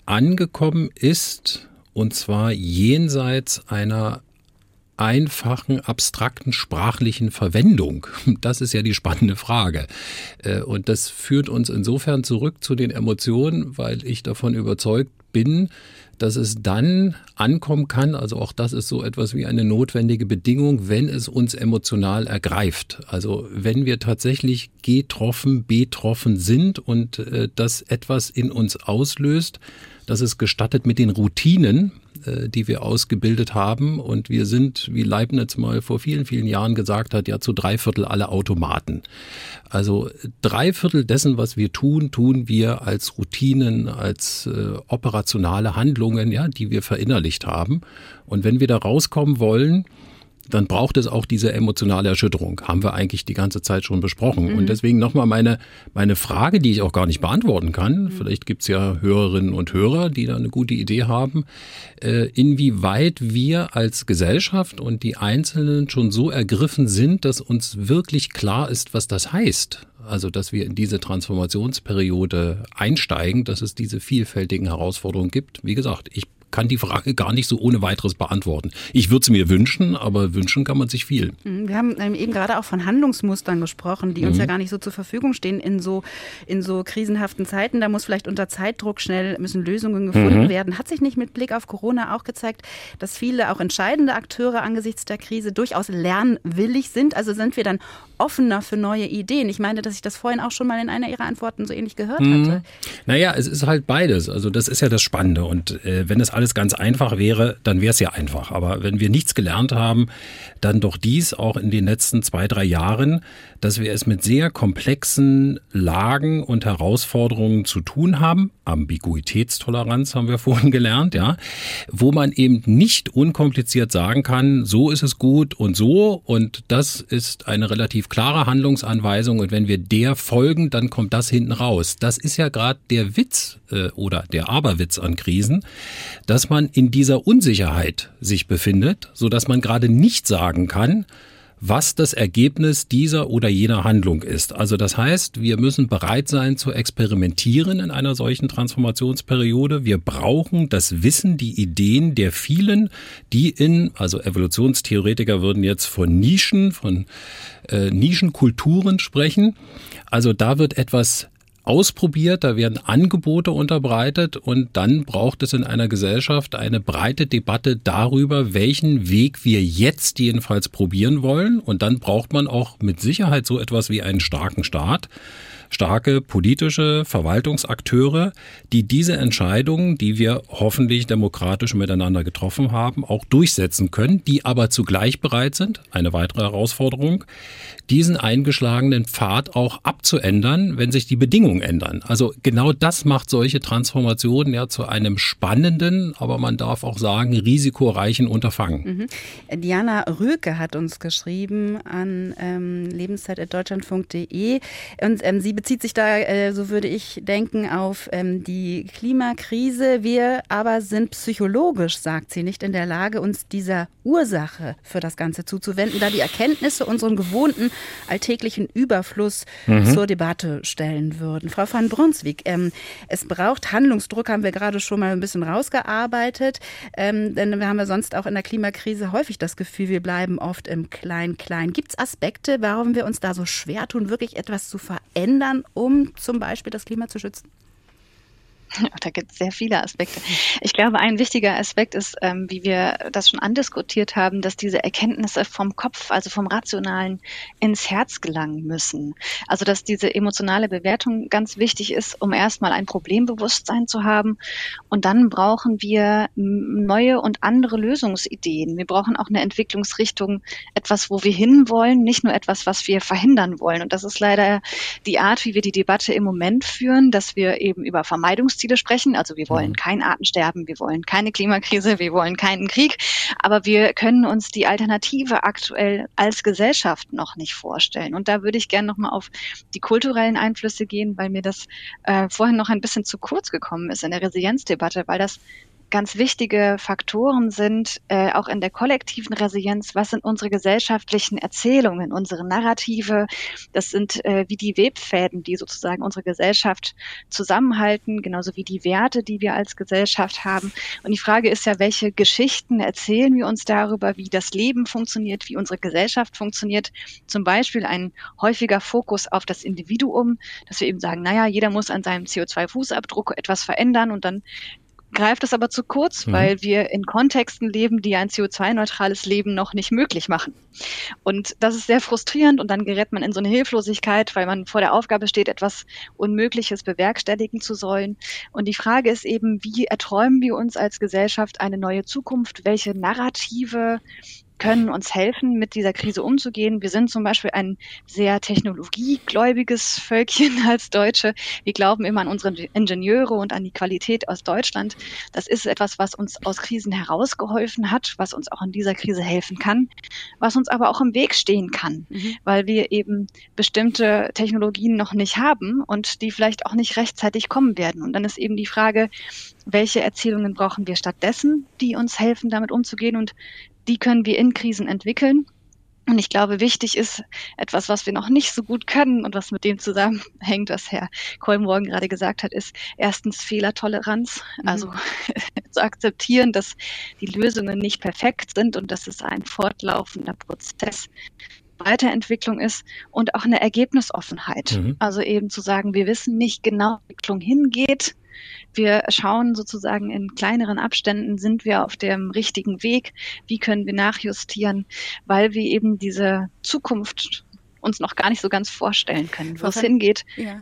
angekommen ist, und zwar jenseits einer einfachen, abstrakten sprachlichen Verwendung? Das ist ja die spannende Frage. Und das führt uns insofern zurück zu den Emotionen, weil ich davon überzeugt bin, dass es dann ankommen kann, also auch das ist so etwas wie eine notwendige Bedingung, wenn es uns emotional ergreift. Also wenn wir tatsächlich getroffen, betroffen sind und äh, das etwas in uns auslöst, dass es gestattet mit den Routinen, äh, die wir ausgebildet haben. Und wir sind, wie Leibniz mal vor vielen, vielen Jahren gesagt hat, ja zu drei Viertel alle Automaten. Also drei Viertel dessen, was wir tun, tun wir als Routinen, als äh, operationale Handlungen, ja, die wir verinnerlicht haben. Und wenn wir da rauskommen wollen, dann braucht es auch diese emotionale Erschütterung. Haben wir eigentlich die ganze Zeit schon besprochen. Mhm. Und deswegen nochmal meine, meine Frage, die ich auch gar nicht beantworten kann. Mhm. Vielleicht gibt's ja Hörerinnen und Hörer, die da eine gute Idee haben, äh, inwieweit wir als Gesellschaft und die Einzelnen schon so ergriffen sind, dass uns wirklich klar ist, was das heißt. Also, dass wir in diese Transformationsperiode einsteigen, dass es diese vielfältigen Herausforderungen gibt. Wie gesagt, ich kann die Frage gar nicht so ohne weiteres beantworten. Ich würde es mir wünschen, aber wünschen kann man sich viel. Wir haben eben gerade auch von Handlungsmustern gesprochen, die mhm. uns ja gar nicht so zur Verfügung stehen in so, in so krisenhaften Zeiten. Da muss vielleicht unter Zeitdruck schnell müssen Lösungen gefunden mhm. werden. Hat sich nicht mit Blick auf Corona auch gezeigt, dass viele auch entscheidende Akteure angesichts der Krise durchaus lernwillig sind? Also sind wir dann offener für neue Ideen? Ich meine, dass ich das vorhin auch schon mal in einer Ihrer Antworten so ähnlich gehört mhm. hatte. Naja, es ist halt beides. Also das ist ja das Spannende. Und äh, wenn es alles ganz einfach wäre, dann wäre es ja einfach. Aber wenn wir nichts gelernt haben, dann doch dies auch in den letzten zwei, drei Jahren, dass wir es mit sehr komplexen Lagen und Herausforderungen zu tun haben. Ambiguitätstoleranz haben wir vorhin gelernt, ja, wo man eben nicht unkompliziert sagen kann, so ist es gut und so und das ist eine relativ klare Handlungsanweisung und wenn wir der folgen, dann kommt das hinten raus. Das ist ja gerade der Witz äh, oder der Aberwitz an Krisen, dass man in dieser Unsicherheit sich befindet, so dass man gerade nicht sagen kann, was das Ergebnis dieser oder jener Handlung ist. Also das heißt, wir müssen bereit sein zu experimentieren in einer solchen Transformationsperiode. Wir brauchen das Wissen, die Ideen der vielen, die in, also Evolutionstheoretiker würden jetzt von Nischen, von äh, Nischenkulturen sprechen. Also da wird etwas ausprobiert, da werden Angebote unterbreitet und dann braucht es in einer Gesellschaft eine breite Debatte darüber, welchen Weg wir jetzt jedenfalls probieren wollen und dann braucht man auch mit Sicherheit so etwas wie einen starken Staat, starke politische Verwaltungsakteure, die diese Entscheidungen, die wir hoffentlich demokratisch miteinander getroffen haben, auch durchsetzen können, die aber zugleich bereit sind, eine weitere Herausforderung, diesen eingeschlagenen Pfad auch abzuändern, wenn sich die Bedingungen ändern. Also genau das macht solche Transformationen ja zu einem spannenden, aber man darf auch sagen, risikoreichen Unterfangen. Mhm. Diana Rühlke hat uns geschrieben an ähm, lebenszeit at deutschlandfunk punkt de und ähm, sie bezieht sich da, äh, so würde ich denken, auf ähm, die Klimakrise. Wir aber sind psychologisch, sagt sie, nicht in der Lage, uns dieser Ursache für das Ganze zuzuwenden, da die Erkenntnisse unseren gewohnten alltäglichen Überfluss mhm. zur Debatte stellen würden. Frau van Brunswijk, ähm, es braucht Handlungsdruck, haben wir gerade schon mal ein bisschen rausgearbeitet, ähm, denn wir haben ja sonst auch in der Klimakrise häufig das Gefühl, wir bleiben oft im Klein-Klein. Gibt es Aspekte, warum wir uns da so schwer tun, wirklich etwas zu verändern, um zum Beispiel das Klima zu schützen? Da gibt es sehr viele Aspekte. Ich glaube, ein wichtiger Aspekt ist, ähm, wie wir das schon andiskutiert haben, dass diese Erkenntnisse vom Kopf, also vom Rationalen, ins Herz gelangen müssen. Also dass diese emotionale Bewertung ganz wichtig ist, um erstmal ein Problembewusstsein zu haben. Und dann brauchen wir neue und andere Lösungsideen. Wir brauchen auch eine Entwicklungsrichtung, etwas, wo wir hinwollen, nicht nur etwas, was wir verhindern wollen. Und das ist leider die Art, wie wir die Debatte im Moment führen, dass wir eben über Vermeidungsziele sprechen. Also wir wollen kein Artensterben, wir wollen keine Klimakrise, wir wollen keinen Krieg, aber wir können uns die Alternative aktuell als Gesellschaft noch nicht vorstellen. Und da würde ich gerne nochmal auf die kulturellen Einflüsse gehen, weil mir das äh, vorhin noch ein bisschen zu kurz gekommen ist in der Resilienzdebatte, weil das ganz wichtige Faktoren sind, äh, auch in der kollektiven Resilienz. Was sind unsere gesellschaftlichen Erzählungen, unsere Narrative? Das sind äh, wie die Webfäden, die sozusagen unsere Gesellschaft zusammenhalten, genauso wie die Werte, die wir als Gesellschaft haben. Und die Frage ist ja, welche Geschichten erzählen wir uns darüber, wie das Leben funktioniert, wie unsere Gesellschaft funktioniert. Zum Beispiel ein häufiger Fokus auf das Individuum, dass wir eben sagen, naja, jeder muss an seinem C O zwei Fußabdruck etwas verändern und dann greift es aber zu kurz, mhm. weil wir in Kontexten leben, die ein C O zwei neutrales Leben noch nicht möglich machen. Und das ist sehr frustrierend und dann gerät man in so eine Hilflosigkeit, weil man vor der Aufgabe steht, etwas Unmögliches bewerkstelligen zu sollen. Und die Frage ist eben, wie erträumen wir uns als Gesellschaft eine neue Zukunft? Welche Narrative können uns helfen, mit dieser Krise umzugehen. Wir sind zum Beispiel ein sehr technologiegläubiges Völkchen als Deutsche. Wir glauben immer an unsere Ingenieure und an die Qualität aus Deutschland. Das ist etwas, was uns aus Krisen herausgeholfen hat, was uns auch in dieser Krise helfen kann, was uns aber auch im Weg stehen kann, mhm. weil wir eben bestimmte Technologien noch nicht haben und die vielleicht auch nicht rechtzeitig kommen werden. Und dann ist eben die Frage, welche Erzählungen brauchen wir stattdessen, die uns helfen, damit umzugehen, und die können wir in Krisen entwickeln. Und ich glaube, wichtig ist etwas, was wir noch nicht so gut können und was mit dem zusammenhängt, was Herr Kolmorgen gerade gesagt hat, ist erstens Fehlertoleranz. Mhm. Also zu akzeptieren, dass die Lösungen nicht perfekt sind und dass es ein fortlaufender Prozess Weiterentwicklung ist, und auch eine Ergebnisoffenheit. Mhm. Also eben zu sagen, wir wissen nicht genau, wie die Entwicklung hingeht. Wir schauen sozusagen in kleineren Abständen, sind wir auf dem richtigen Weg, wie können wir nachjustieren, weil wir eben diese Zukunft uns noch gar nicht so ganz vorstellen können, wo es hingeht. Ja.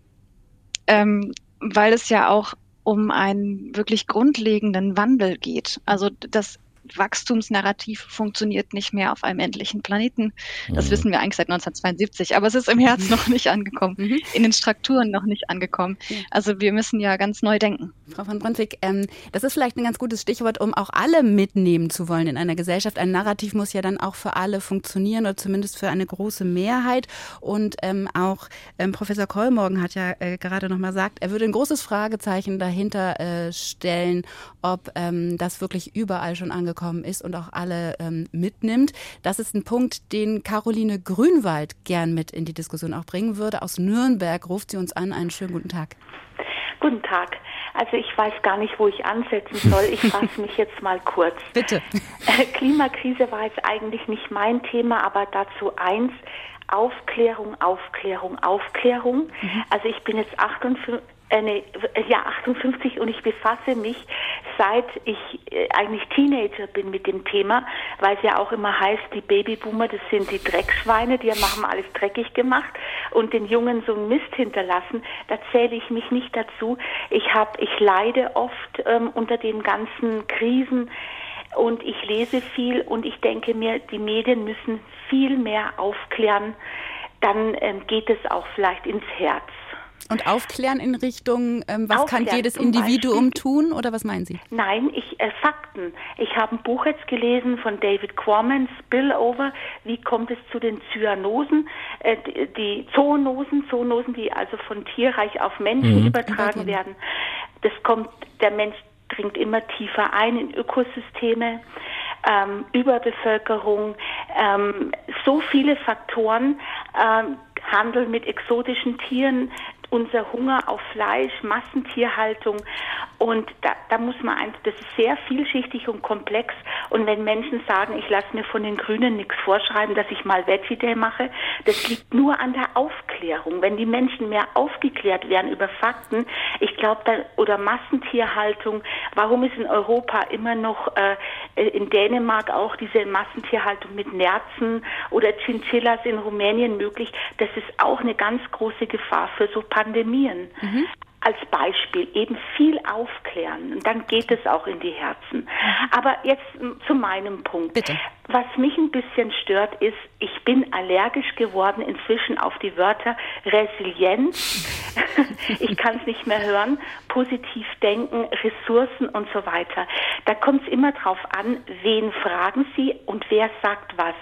Ähm, weil es ja auch um einen wirklich grundlegenden Wandel geht. Also das Wachstumsnarrativ funktioniert nicht mehr auf einem endlichen Planeten. Das mhm. wissen wir eigentlich seit neunzehnhundertzweiundsiebzig, aber es ist im Herz noch nicht angekommen, mhm. in den Strukturen noch nicht angekommen. Ja. Also wir müssen ja ganz neu denken. Frau von Brunswick, ähm, das ist vielleicht ein ganz gutes Stichwort, um auch alle mitnehmen zu wollen in einer Gesellschaft. Ein Narrativ muss ja dann auch für alle funktionieren oder zumindest für eine große Mehrheit. Und ähm, auch ähm, Professor Kolmorgen hat ja äh, gerade noch mal gesagt, er würde ein großes Fragezeichen dahinter äh, stellen, ob ähm, das wirklich überall schon angekommen ist und auch alle ähm, mitnimmt. Das ist ein Punkt, den Caroline Grünwald gern mit in die Diskussion auch bringen würde. Aus Nürnberg ruft sie uns an. Einen schönen guten Tag. Guten Tag. Also ich weiß gar nicht, wo ich ansetzen soll. Ich fasse mich jetzt mal kurz. Bitte. Klimakrise war jetzt eigentlich nicht mein Thema, aber dazu eins: Aufklärung, Aufklärung, Aufklärung. Mhm. Also ich bin jetzt achtundfünfzig, äh, nee, ja, achtundfünfzig und ich befasse mich, seit ich äh, eigentlich Teenager bin, mit dem Thema, weil es ja auch immer heißt, die Babyboomer, das sind die Dreckschweine, die haben alles dreckig gemacht und den Jungen so einen Mist hinterlassen. Da zähle ich mich nicht dazu. Ich habe, ich leide oft ähm, unter den ganzen Krisen. Und ich lese viel und ich denke mir, die Medien müssen viel mehr aufklären. Dann ähm, geht es auch vielleicht ins Herz. Und aufklären in Richtung, ähm, was aufklären, kann jedes Individuum Beispiel tun, oder was meinen Sie? Nein, ich äh, Fakten. Ich habe ein Buch jetzt gelesen von David Quammen, Spillover. Wie kommt es zu den Zyanosen, äh, die, die Zoonosen, Zoonosen, die also von Tierreich auf Menschen mhm. übertragen Übergehen. werden. Das kommt, der Mensch dringt immer tiefer ein in Ökosysteme, ähm, Überbevölkerung, ähm, so viele Faktoren, ähm, Handel mit exotischen Tieren, unser Hunger auf Fleisch, Massentierhaltung, und da, da muss man einfach, das ist sehr vielschichtig und komplex, und wenn Menschen sagen, ich lasse mir von den Grünen nichts vorschreiben, dass ich mal Veggie Day mache, das liegt nur an der Aufklärung. Wenn die Menschen mehr aufgeklärt werden über Fakten, ich glaube, da, oder Massentierhaltung, warum ist in Europa immer noch äh, in Dänemark auch diese Massentierhaltung mit Nerzen oder Chinchillas in Rumänien möglich, das ist auch eine ganz große Gefahr für so Pandemien. Mhm. Als Beispiel eben viel aufklären, und dann geht es auch in die Herzen. Mhm. Aber jetzt zu meinem Punkt. Bitte. Was mich ein bisschen stört, ist, ich bin allergisch geworden inzwischen auf die Wörter Resilienz, ich kann es nicht mehr hören, positiv denken, Ressourcen und so weiter. Da kommt es immer drauf an, wen fragen Sie und wer sagt was.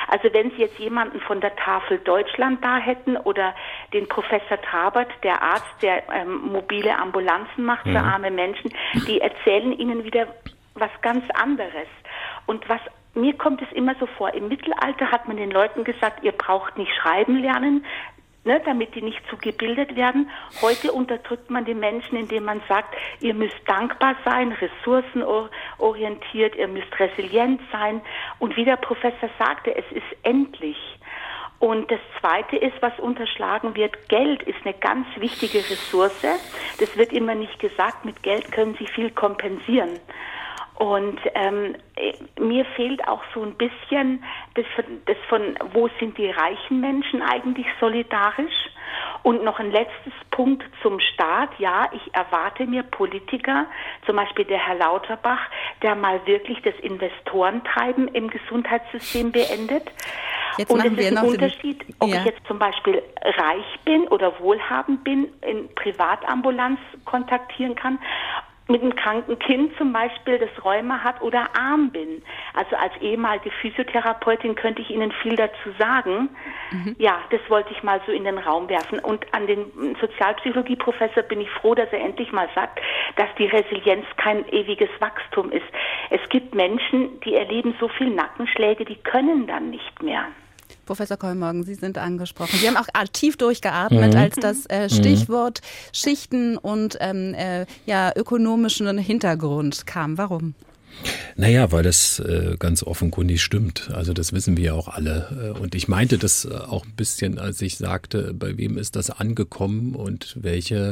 Also wenn Sie jetzt jemanden von der Tafel Deutschland da hätten oder den Professor Trabert, der Arzt, der ähm, mobile Ambulanzen macht für Mhm. arme Menschen, die erzählen Ihnen wieder was ganz anderes. Und was mir kommt es immer so vor, im Mittelalter hat man den Leuten gesagt, ihr braucht nicht schreiben lernen, ne, damit die nicht zu gebildet werden. Heute unterdrückt man die Menschen, indem man sagt, ihr müsst dankbar sein, ressourcenorientiert, ihr müsst resilient sein. Und wie der Professor sagte, es ist endlich. Und das Zweite ist, was unterschlagen wird, Geld ist eine ganz wichtige Ressource. Das wird immer nicht gesagt, mit Geld können Sie viel kompensieren. Und ähm, mir fehlt auch so ein bisschen das von, das von, wo sind die reichen Menschen eigentlich solidarisch? Und noch ein letztes Punkt zum Staat. Ja, ich erwarte mir Politiker, zum Beispiel der Herr Lauterbach, der mal wirklich das Investorentreiben im Gesundheitssystem beendet. Jetzt Und machen es wir ist noch ein den- Unterschied, ob Ja. ich jetzt zum Beispiel reich bin oder wohlhabend bin, in Privatambulanz kontaktieren kann, mit einem kranken Kind zum Beispiel, das Rheuma hat oder arm bin. Also als ehemalige Physiotherapeutin könnte ich Ihnen viel dazu sagen. Mhm. Ja, das wollte ich mal so in den Raum werfen. Und an den Sozialpsychologieprofessor bin ich froh, dass er endlich mal sagt, dass die Resilienz kein ewiges Wachstum ist. Es gibt Menschen, die erleben so viel Nackenschläge, die können dann nicht mehr. Professor Kollmorgen, Sie sind angesprochen. Sie haben auch tief durchgeatmet, Mhm. als das äh, Stichwort Schichten und ähm, äh, ja, ökonomischen Hintergrund kam. Warum? Naja, weil das äh, ganz offenkundig stimmt. Also das wissen wir ja auch alle. Und ich meinte das äh, auch ein bisschen, als ich sagte, bei wem ist das angekommen und welche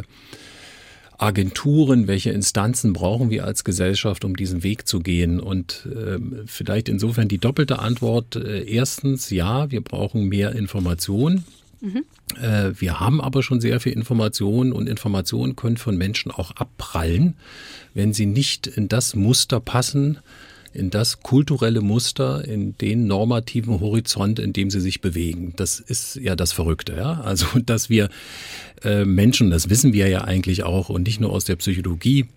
Agenturen, welche Instanzen brauchen wir als Gesellschaft, um diesen Weg zu gehen? Und ähm, vielleicht insofern die doppelte Antwort. Äh, erstens, ja, wir brauchen mehr Information. Mhm. Äh, wir haben aber schon sehr viel Information und Informationen können von Menschen auch abprallen, wenn sie nicht in das Muster passen, in das kulturelle Muster, in den normativen Horizont, in dem sie sich bewegen. Das ist ja das Verrückte, ja. Also, dass wir äh, Menschen, das wissen wir ja eigentlich auch und nicht nur aus der Psychologie,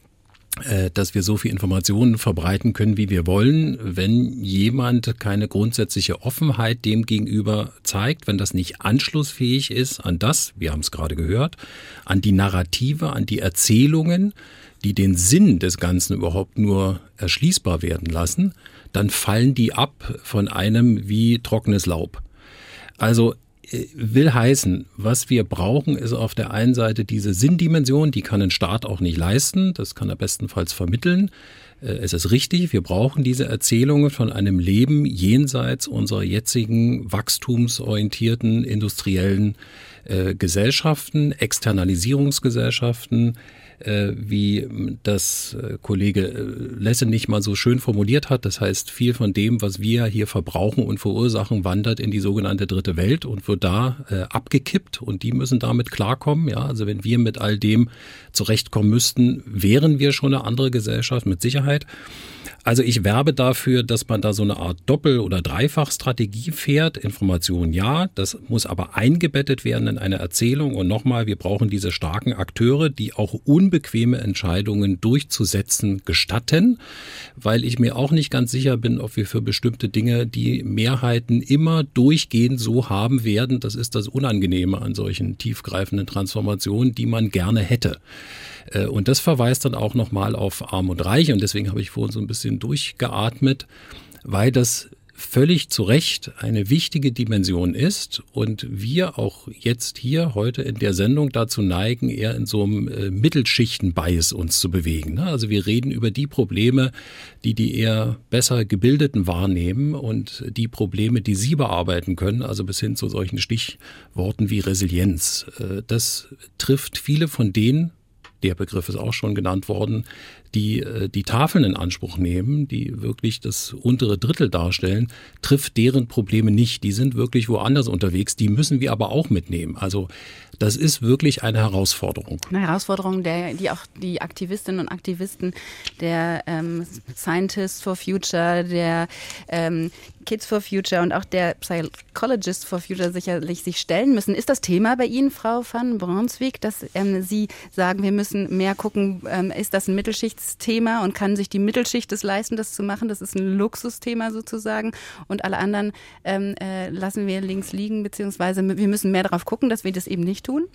äh, dass wir so viel Informationen verbreiten können, wie wir wollen, wenn jemand keine grundsätzliche Offenheit dem gegenüber zeigt, wenn das nicht anschlussfähig ist an das, wir haben es gerade gehört, an die Narrative, an die Erzählungen, die den Sinn des Ganzen überhaupt nur erschließbar werden lassen, dann fallen die ab von einem wie trockenes Laub. Also äh, will heißen, was wir brauchen, ist auf der einen Seite diese Sinndimension, die kann ein Staat auch nicht leisten, das kann er bestenfalls vermitteln. Äh, es ist richtig, wir brauchen diese Erzählungen von einem Leben jenseits unserer jetzigen wachstumsorientierten industriellen äh, Gesellschaften, Externalisierungsgesellschaften, wie das Kollege Lesse nicht mal so schön formuliert hat. Das heißt, viel von dem, was wir hier verbrauchen und verursachen, wandert in die sogenannte dritte Welt und wird da äh, abgekippt und die müssen damit klarkommen. Ja, also wenn wir mit all dem zurechtkommen müssten, wären wir schon eine andere Gesellschaft mit Sicherheit. Also ich werbe dafür, dass man da so eine Art Doppel- oder Dreifach-Strategie fährt. Information ja, das muss aber eingebettet werden in eine Erzählung. Und nochmal, wir brauchen diese starken Akteure, die auch unbequeme Entscheidungen durchzusetzen gestatten, weil ich mir auch nicht ganz sicher bin, ob wir für bestimmte Dinge die Mehrheiten immer durchgehend so haben werden. Das ist das Unangenehme an solchen tiefgreifenden Transformationen, die man gerne hätte. Und das verweist dann auch nochmal auf Arm und Reich. Und deswegen habe ich vorhin so ein bisschen durchgeatmet, weil das völlig zu Recht eine wichtige Dimension ist und wir auch jetzt hier heute in der Sendung dazu neigen, eher in so einem äh, Mittelschichten-Bias uns zu bewegen. Ne? Also wir reden über die Probleme, die die eher besser Gebildeten wahrnehmen und die Probleme, die sie bearbeiten können, also bis hin zu solchen Stichworten wie Resilienz. Äh, das trifft viele von denen, der Begriff ist auch schon genannt worden, die die Tafeln in Anspruch nehmen, die wirklich das untere Drittel darstellen, trifft deren Probleme nicht. Die sind wirklich woanders unterwegs, die müssen wir aber auch mitnehmen. Also das ist wirklich eine Herausforderung. Eine Herausforderung, der, die auch die Aktivistinnen und Aktivisten der ähm, Scientists for Future, der ähm, Kids for Future und auch der Psychologist for Future sicherlich sich stellen müssen. Ist das Thema bei Ihnen, Frau van Brunswijk, dass ähm, Sie sagen, wir müssen mehr gucken, ähm, ist das ein Mittelschichtsthema und kann sich die Mittelschicht es leisten, das zu machen? Das ist ein Luxusthema sozusagen und alle anderen ähm, äh, lassen wir links liegen, beziehungsweise wir müssen mehr darauf gucken, dass wir das eben nicht tun?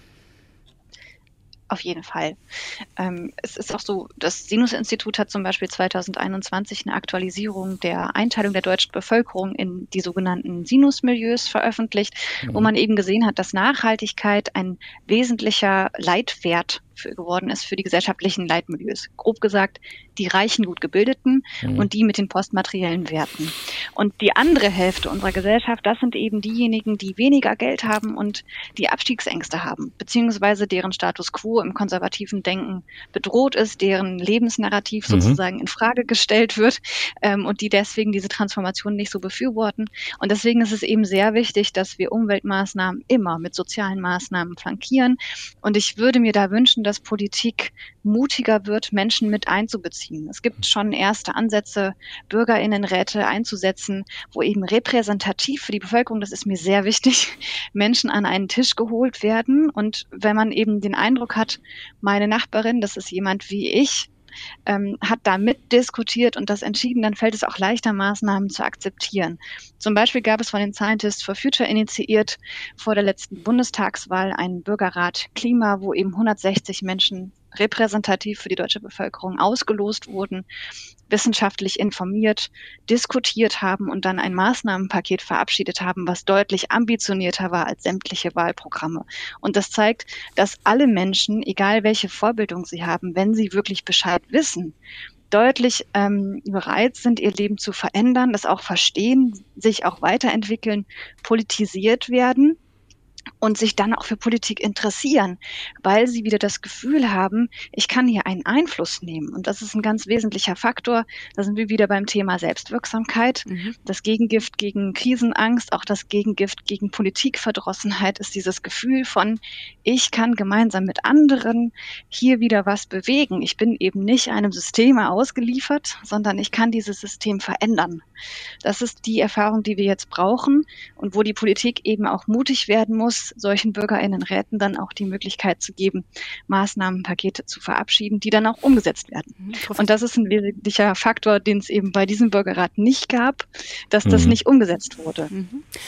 Auf jeden Fall. Ähm, es ist auch so, das Sinus-Institut hat zum Beispiel zweitausendeinundzwanzig eine Aktualisierung der Einteilung der deutschen Bevölkerung in die sogenannten Sinus-Milieus veröffentlicht, mhm. wo man eben gesehen hat, dass Nachhaltigkeit ein wesentlicher Leitwert für, geworden ist für die gesellschaftlichen Leitmilieus. Grob gesagt, die reichen, gut gebildeten mhm. und die mit den postmateriellen Werten. Und die andere Hälfte unserer Gesellschaft, das sind eben diejenigen, die weniger Geld haben und die Abstiegsängste haben, beziehungsweise deren Status quo im konservativen Denken bedroht ist, deren Lebensnarrativ mhm. sozusagen in Frage gestellt wird ähm, und die deswegen diese Transformation nicht so befürworten. Und deswegen ist es eben sehr wichtig, dass wir Umweltmaßnahmen immer mit sozialen Maßnahmen flankieren. Und ich würde mir da wünschen, dass Politik mutiger wird, Menschen mit einzubeziehen. Es gibt schon erste Ansätze, BürgerInnenräte einzusetzen, wo eben repräsentativ für die Bevölkerung, das ist mir sehr wichtig, Menschen an einen Tisch geholt werden. Und wenn man eben den Eindruck hat, meine Nachbarin, das ist jemand wie ich, ähm, hat da mitdiskutiert und das entschieden, dann fällt es auch leichter, Maßnahmen zu akzeptieren. Zum Beispiel gab es von den Scientists for Future initiiert vor der letzten Bundestagswahl einen Bürgerrat Klima, wo eben hundertsechzig Menschen repräsentativ für die deutsche Bevölkerung ausgelost wurden, wissenschaftlich informiert, diskutiert haben und dann ein Maßnahmenpaket verabschiedet haben, was deutlich ambitionierter war als sämtliche Wahlprogramme. Und das zeigt, dass alle Menschen, egal welche Vorbildung sie haben, wenn sie wirklich Bescheid wissen, deutlich ähm, bereit sind, ihr Leben zu verändern, das auch verstehen, sich auch weiterentwickeln, politisiert werden und sich dann auch für Politik interessieren, weil sie wieder das Gefühl haben, ich kann hier einen Einfluss nehmen. Und das ist ein ganz wesentlicher Faktor. Da sind wir wieder beim Thema Selbstwirksamkeit. Mhm. Das Gegengift gegen Krisenangst, auch das Gegengift gegen Politikverdrossenheit ist dieses Gefühl von, ich kann gemeinsam mit anderen hier wieder was bewegen. Ich bin eben nicht einem System ausgeliefert, sondern ich kann dieses System verändern. Das ist die Erfahrung, die wir jetzt brauchen und wo die Politik eben auch mutig werden muss, solchen BürgerInnenräten dann auch die Möglichkeit zu geben, Maßnahmenpakete zu verabschieden, die dann auch umgesetzt werden. Mhm, und das ist ein wesentlicher Faktor, den es eben bei diesem Bürgerrat nicht gab, dass das mhm. nicht umgesetzt wurde. Mhm.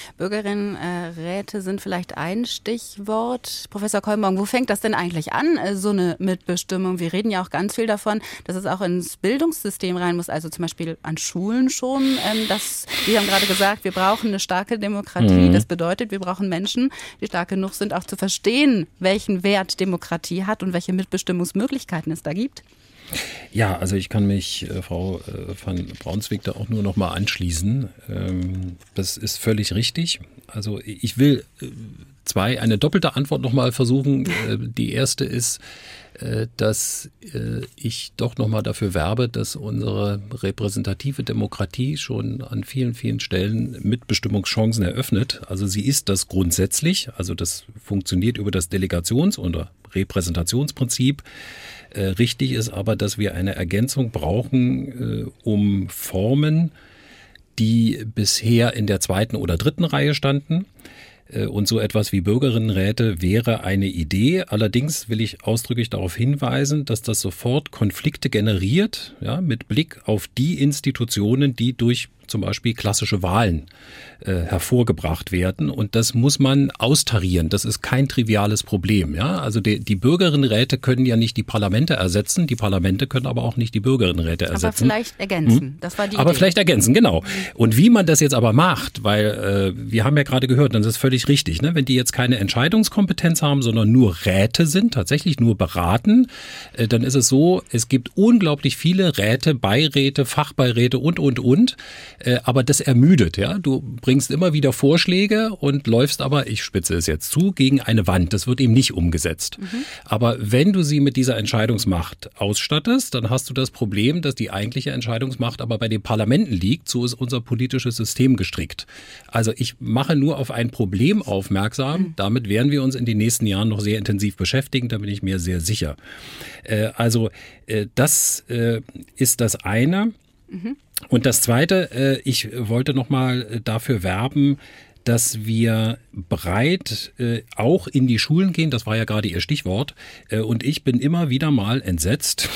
Bürgerinnenräte sind vielleicht ein Stichwort. Professor Kolmborn, wo fängt das denn eigentlich an, so eine Mitbestimmung? Wir reden ja auch ganz viel davon, dass es auch ins Bildungssystem rein muss, also zum Beispiel an Schulen schon. Ähm, dass, wir haben gerade gesagt, wir brauchen eine starke Demokratie. Mhm. Das bedeutet, wir brauchen Menschen, die stark genug sind, auch zu verstehen, welchen Wert Demokratie hat und welche Mitbestimmungsmöglichkeiten es da gibt? Ja, also ich kann mich, äh, Frau äh, van Brunswijk, da auch nur noch mal anschließen. Ähm, das ist völlig richtig. Also ich will äh, zwei, eine doppelte Antwort noch mal versuchen. Äh, die erste ist, äh, dass äh, ich doch noch mal dafür werbe, dass unsere repräsentative Demokratie schon an vielen, vielen Stellen Mitbestimmungschancen eröffnet. Also sie ist das grundsätzlich. Also das funktioniert über das Delegations- oder Repräsentationsprinzip. Äh, richtig ist aber, dass wir eine Ergänzung brauchen, äh, um Formen, die bisher in der zweiten oder dritten Reihe standen. Äh, und so etwas wie Bürgerinnenräte wäre eine Idee. Allerdings will ich ausdrücklich darauf hinweisen, dass das sofort Konflikte generiert, ja, mit Blick auf die Institutionen, die durch zum Beispiel klassische Wahlen äh, hervorgebracht werden. Und das muss man austarieren. Das ist kein triviales Problem. Ja? Also die, die Bürgerinnenräte können ja nicht die Parlamente ersetzen. Die Parlamente können aber auch nicht die Bürgerinnenräte ersetzen. Aber vielleicht ergänzen. Hm? Das war die aber Idee. vielleicht ergänzen, genau. Und wie man das jetzt aber macht, weil äh, wir haben ja gerade gehört, das ist völlig richtig, ne? Wenn die jetzt keine Entscheidungskompetenz haben, sondern nur Räte sind, tatsächlich nur beraten, äh, dann ist es so, es gibt unglaublich viele Räte, Beiräte, Fachbeiräte und, und, und. Aber das ermüdet, ja. Du bringst immer wieder Vorschläge und läufst aber, ich spitze es jetzt zu, gegen eine Wand. Das wird eben nicht umgesetzt. Mhm. Aber wenn du sie mit dieser Entscheidungsmacht ausstattest, dann hast du das Problem, dass die eigentliche Entscheidungsmacht aber bei den Parlamenten liegt. So ist unser politisches System gestrickt. Also ich mache nur auf ein Problem aufmerksam. Mhm. Damit werden wir uns in den nächsten Jahren noch sehr intensiv beschäftigen. Da bin ich mir sehr sicher. Also das ist das eine. Mhm. Und das Zweite, ich wollte nochmal dafür werben, dass wir breit äh, auch in die Schulen gehen. Das war ja gerade Ihr Stichwort. Äh, und ich bin immer wieder mal entsetzt,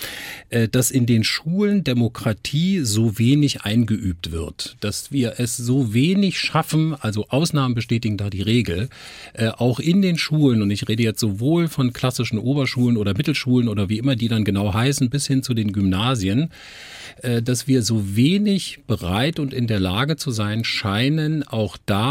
äh, dass in den Schulen Demokratie so wenig eingeübt wird. Dass wir es so wenig schaffen, also Ausnahmen bestätigen da die Regel, äh, auch in den Schulen, und ich rede jetzt sowohl von klassischen Oberschulen oder Mittelschulen oder wie immer die dann genau heißen, bis hin zu den Gymnasien, äh, dass wir so wenig bereit und in der Lage zu sein scheinen, auch da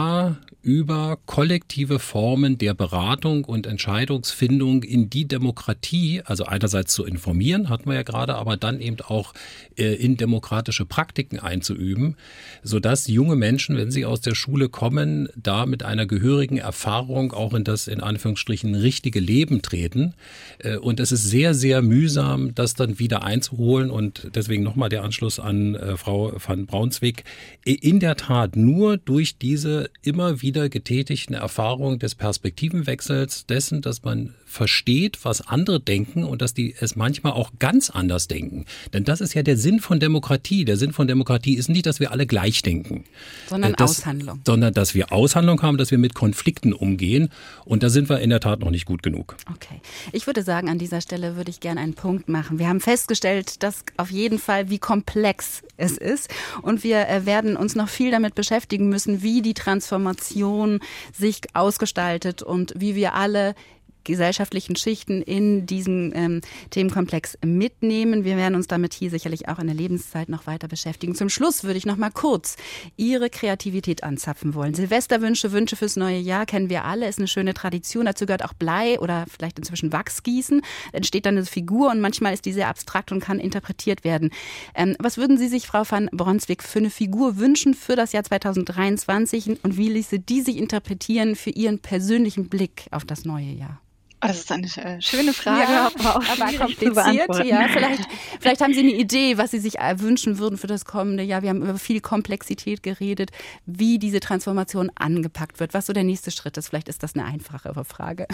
über kollektive Formen der Beratung und Entscheidungsfindung in die Demokratie, also einerseits zu informieren, hatten wir ja gerade, aber dann eben auch äh, in demokratische Praktiken einzuüben, sodass junge Menschen, wenn sie aus der Schule kommen, da mit einer gehörigen Erfahrung auch in das in Anführungsstrichen richtige Leben treten. Äh, und es ist sehr, sehr mühsam, das dann wieder einzuholen, und deswegen nochmal der Anschluss an äh, Frau van Braunswijk. In der Tat nur durch diese immer wieder getätigten Erfahrung des Perspektivenwechsels, dessen, dass man versteht, was andere denken und dass die es manchmal auch ganz anders denken. Denn das ist ja der Sinn von Demokratie. Der Sinn von Demokratie ist nicht, dass wir alle gleich denken. Sondern das, Aushandlung. Sondern, dass wir Aushandlung haben, dass wir mit Konflikten umgehen. Und da sind wir in der Tat noch nicht gut genug. Okay. Ich würde sagen, an dieser Stelle würde ich gerne einen Punkt machen. Wir haben festgestellt, dass auf jeden Fall, wie komplex es ist. Und wir äh, werden uns noch viel damit beschäftigen müssen, wie die Transformation sich ausgestaltet und wie wir alle gesellschaftlichen Schichten in diesem ähm, Themenkomplex mitnehmen. Wir werden uns damit hier sicherlich auch in der Lebenszeit noch weiter beschäftigen. Zum Schluss würde ich noch mal kurz Ihre Kreativität anzapfen wollen. Silvesterwünsche, Wünsche fürs neue Jahr kennen wir alle, ist eine schöne Tradition. Dazu gehört auch Blei oder vielleicht inzwischen Wachsgießen. Da entsteht dann eine Figur und manchmal ist die sehr abstrakt und kann interpretiert werden. Ähm, was würden Sie sich, Frau van Braunswijk, für eine Figur wünschen für das Jahr zweitausenddreiundzwanzig und wie ließe die sich interpretieren für Ihren persönlichen Blick auf das neue Jahr? Das ist eine äh, schöne Frage, ja, aber auch aber kompliziert. Ja, vielleicht, vielleicht haben Sie eine Idee, was Sie sich wünschen würden für das kommende Jahr. Wir haben über viel Komplexität geredet, wie diese Transformation angepackt wird, was so der nächste Schritt ist. Vielleicht ist das eine einfachere Frage.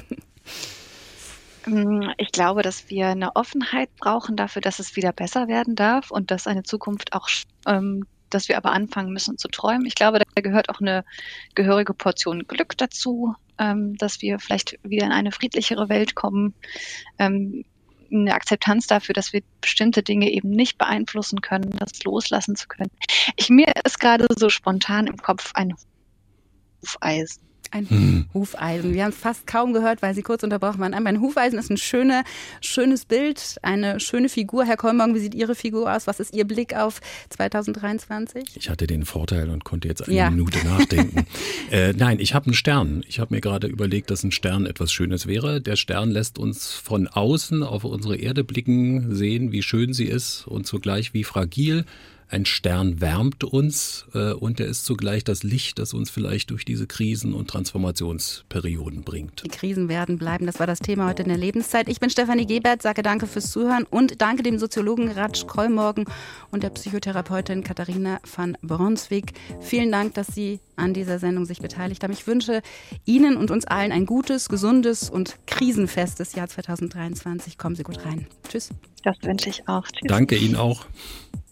Ich glaube, dass wir eine Offenheit brauchen dafür, dass es wieder besser werden darf und dass eine Zukunft auch, ähm, dass wir aber anfangen müssen zu träumen. Ich glaube, da gehört auch eine gehörige Portion Glück dazu, ähm, dass wir vielleicht wieder in eine friedlichere Welt kommen, ähm, eine Akzeptanz dafür, dass wir bestimmte Dinge eben nicht beeinflussen können, das loslassen zu können. Ich, mir ist gerade so spontan im Kopf ein Hufeisen. Ein hm. Hufeisen. Wir haben es fast kaum gehört, weil Sie kurz unterbrochen waren. Aber ein Hufeisen ist ein schöne, schönes Bild, eine schöne Figur. Herr Kollmorgen, wie sieht Ihre Figur aus? Was ist Ihr Blick auf zweitausenddreiundzwanzig? Ich hatte den Vorteil und konnte jetzt eine ja. Minute nachdenken. äh, nein, ich habe einen Stern. Ich habe mir gerade überlegt, dass ein Stern etwas Schönes wäre. Der Stern lässt uns von außen auf unsere Erde blicken, sehen, wie schön sie ist und zugleich wie fragil. Ein Stern wärmt uns äh, und er ist zugleich das Licht, das uns vielleicht durch diese Krisen und Transformationsperioden bringt. Die Krisen werden bleiben, das war das Thema heute in der Lebenszeit. Ich bin Stefanie Gebert, sage danke fürs Zuhören und danke dem Soziologen Raj Kollmorgen und der Psychotherapeutin Katharina van Braunswijk. Vielen Dank, dass Sie an dieser Sendung sich beteiligt haben. Ich wünsche Ihnen und uns allen ein gutes, gesundes und krisenfestes Jahr zweitausenddreiundzwanzig. Kommen Sie gut rein. Tschüss. Das wünsche ich auch. Tschüss. Danke Ihnen auch.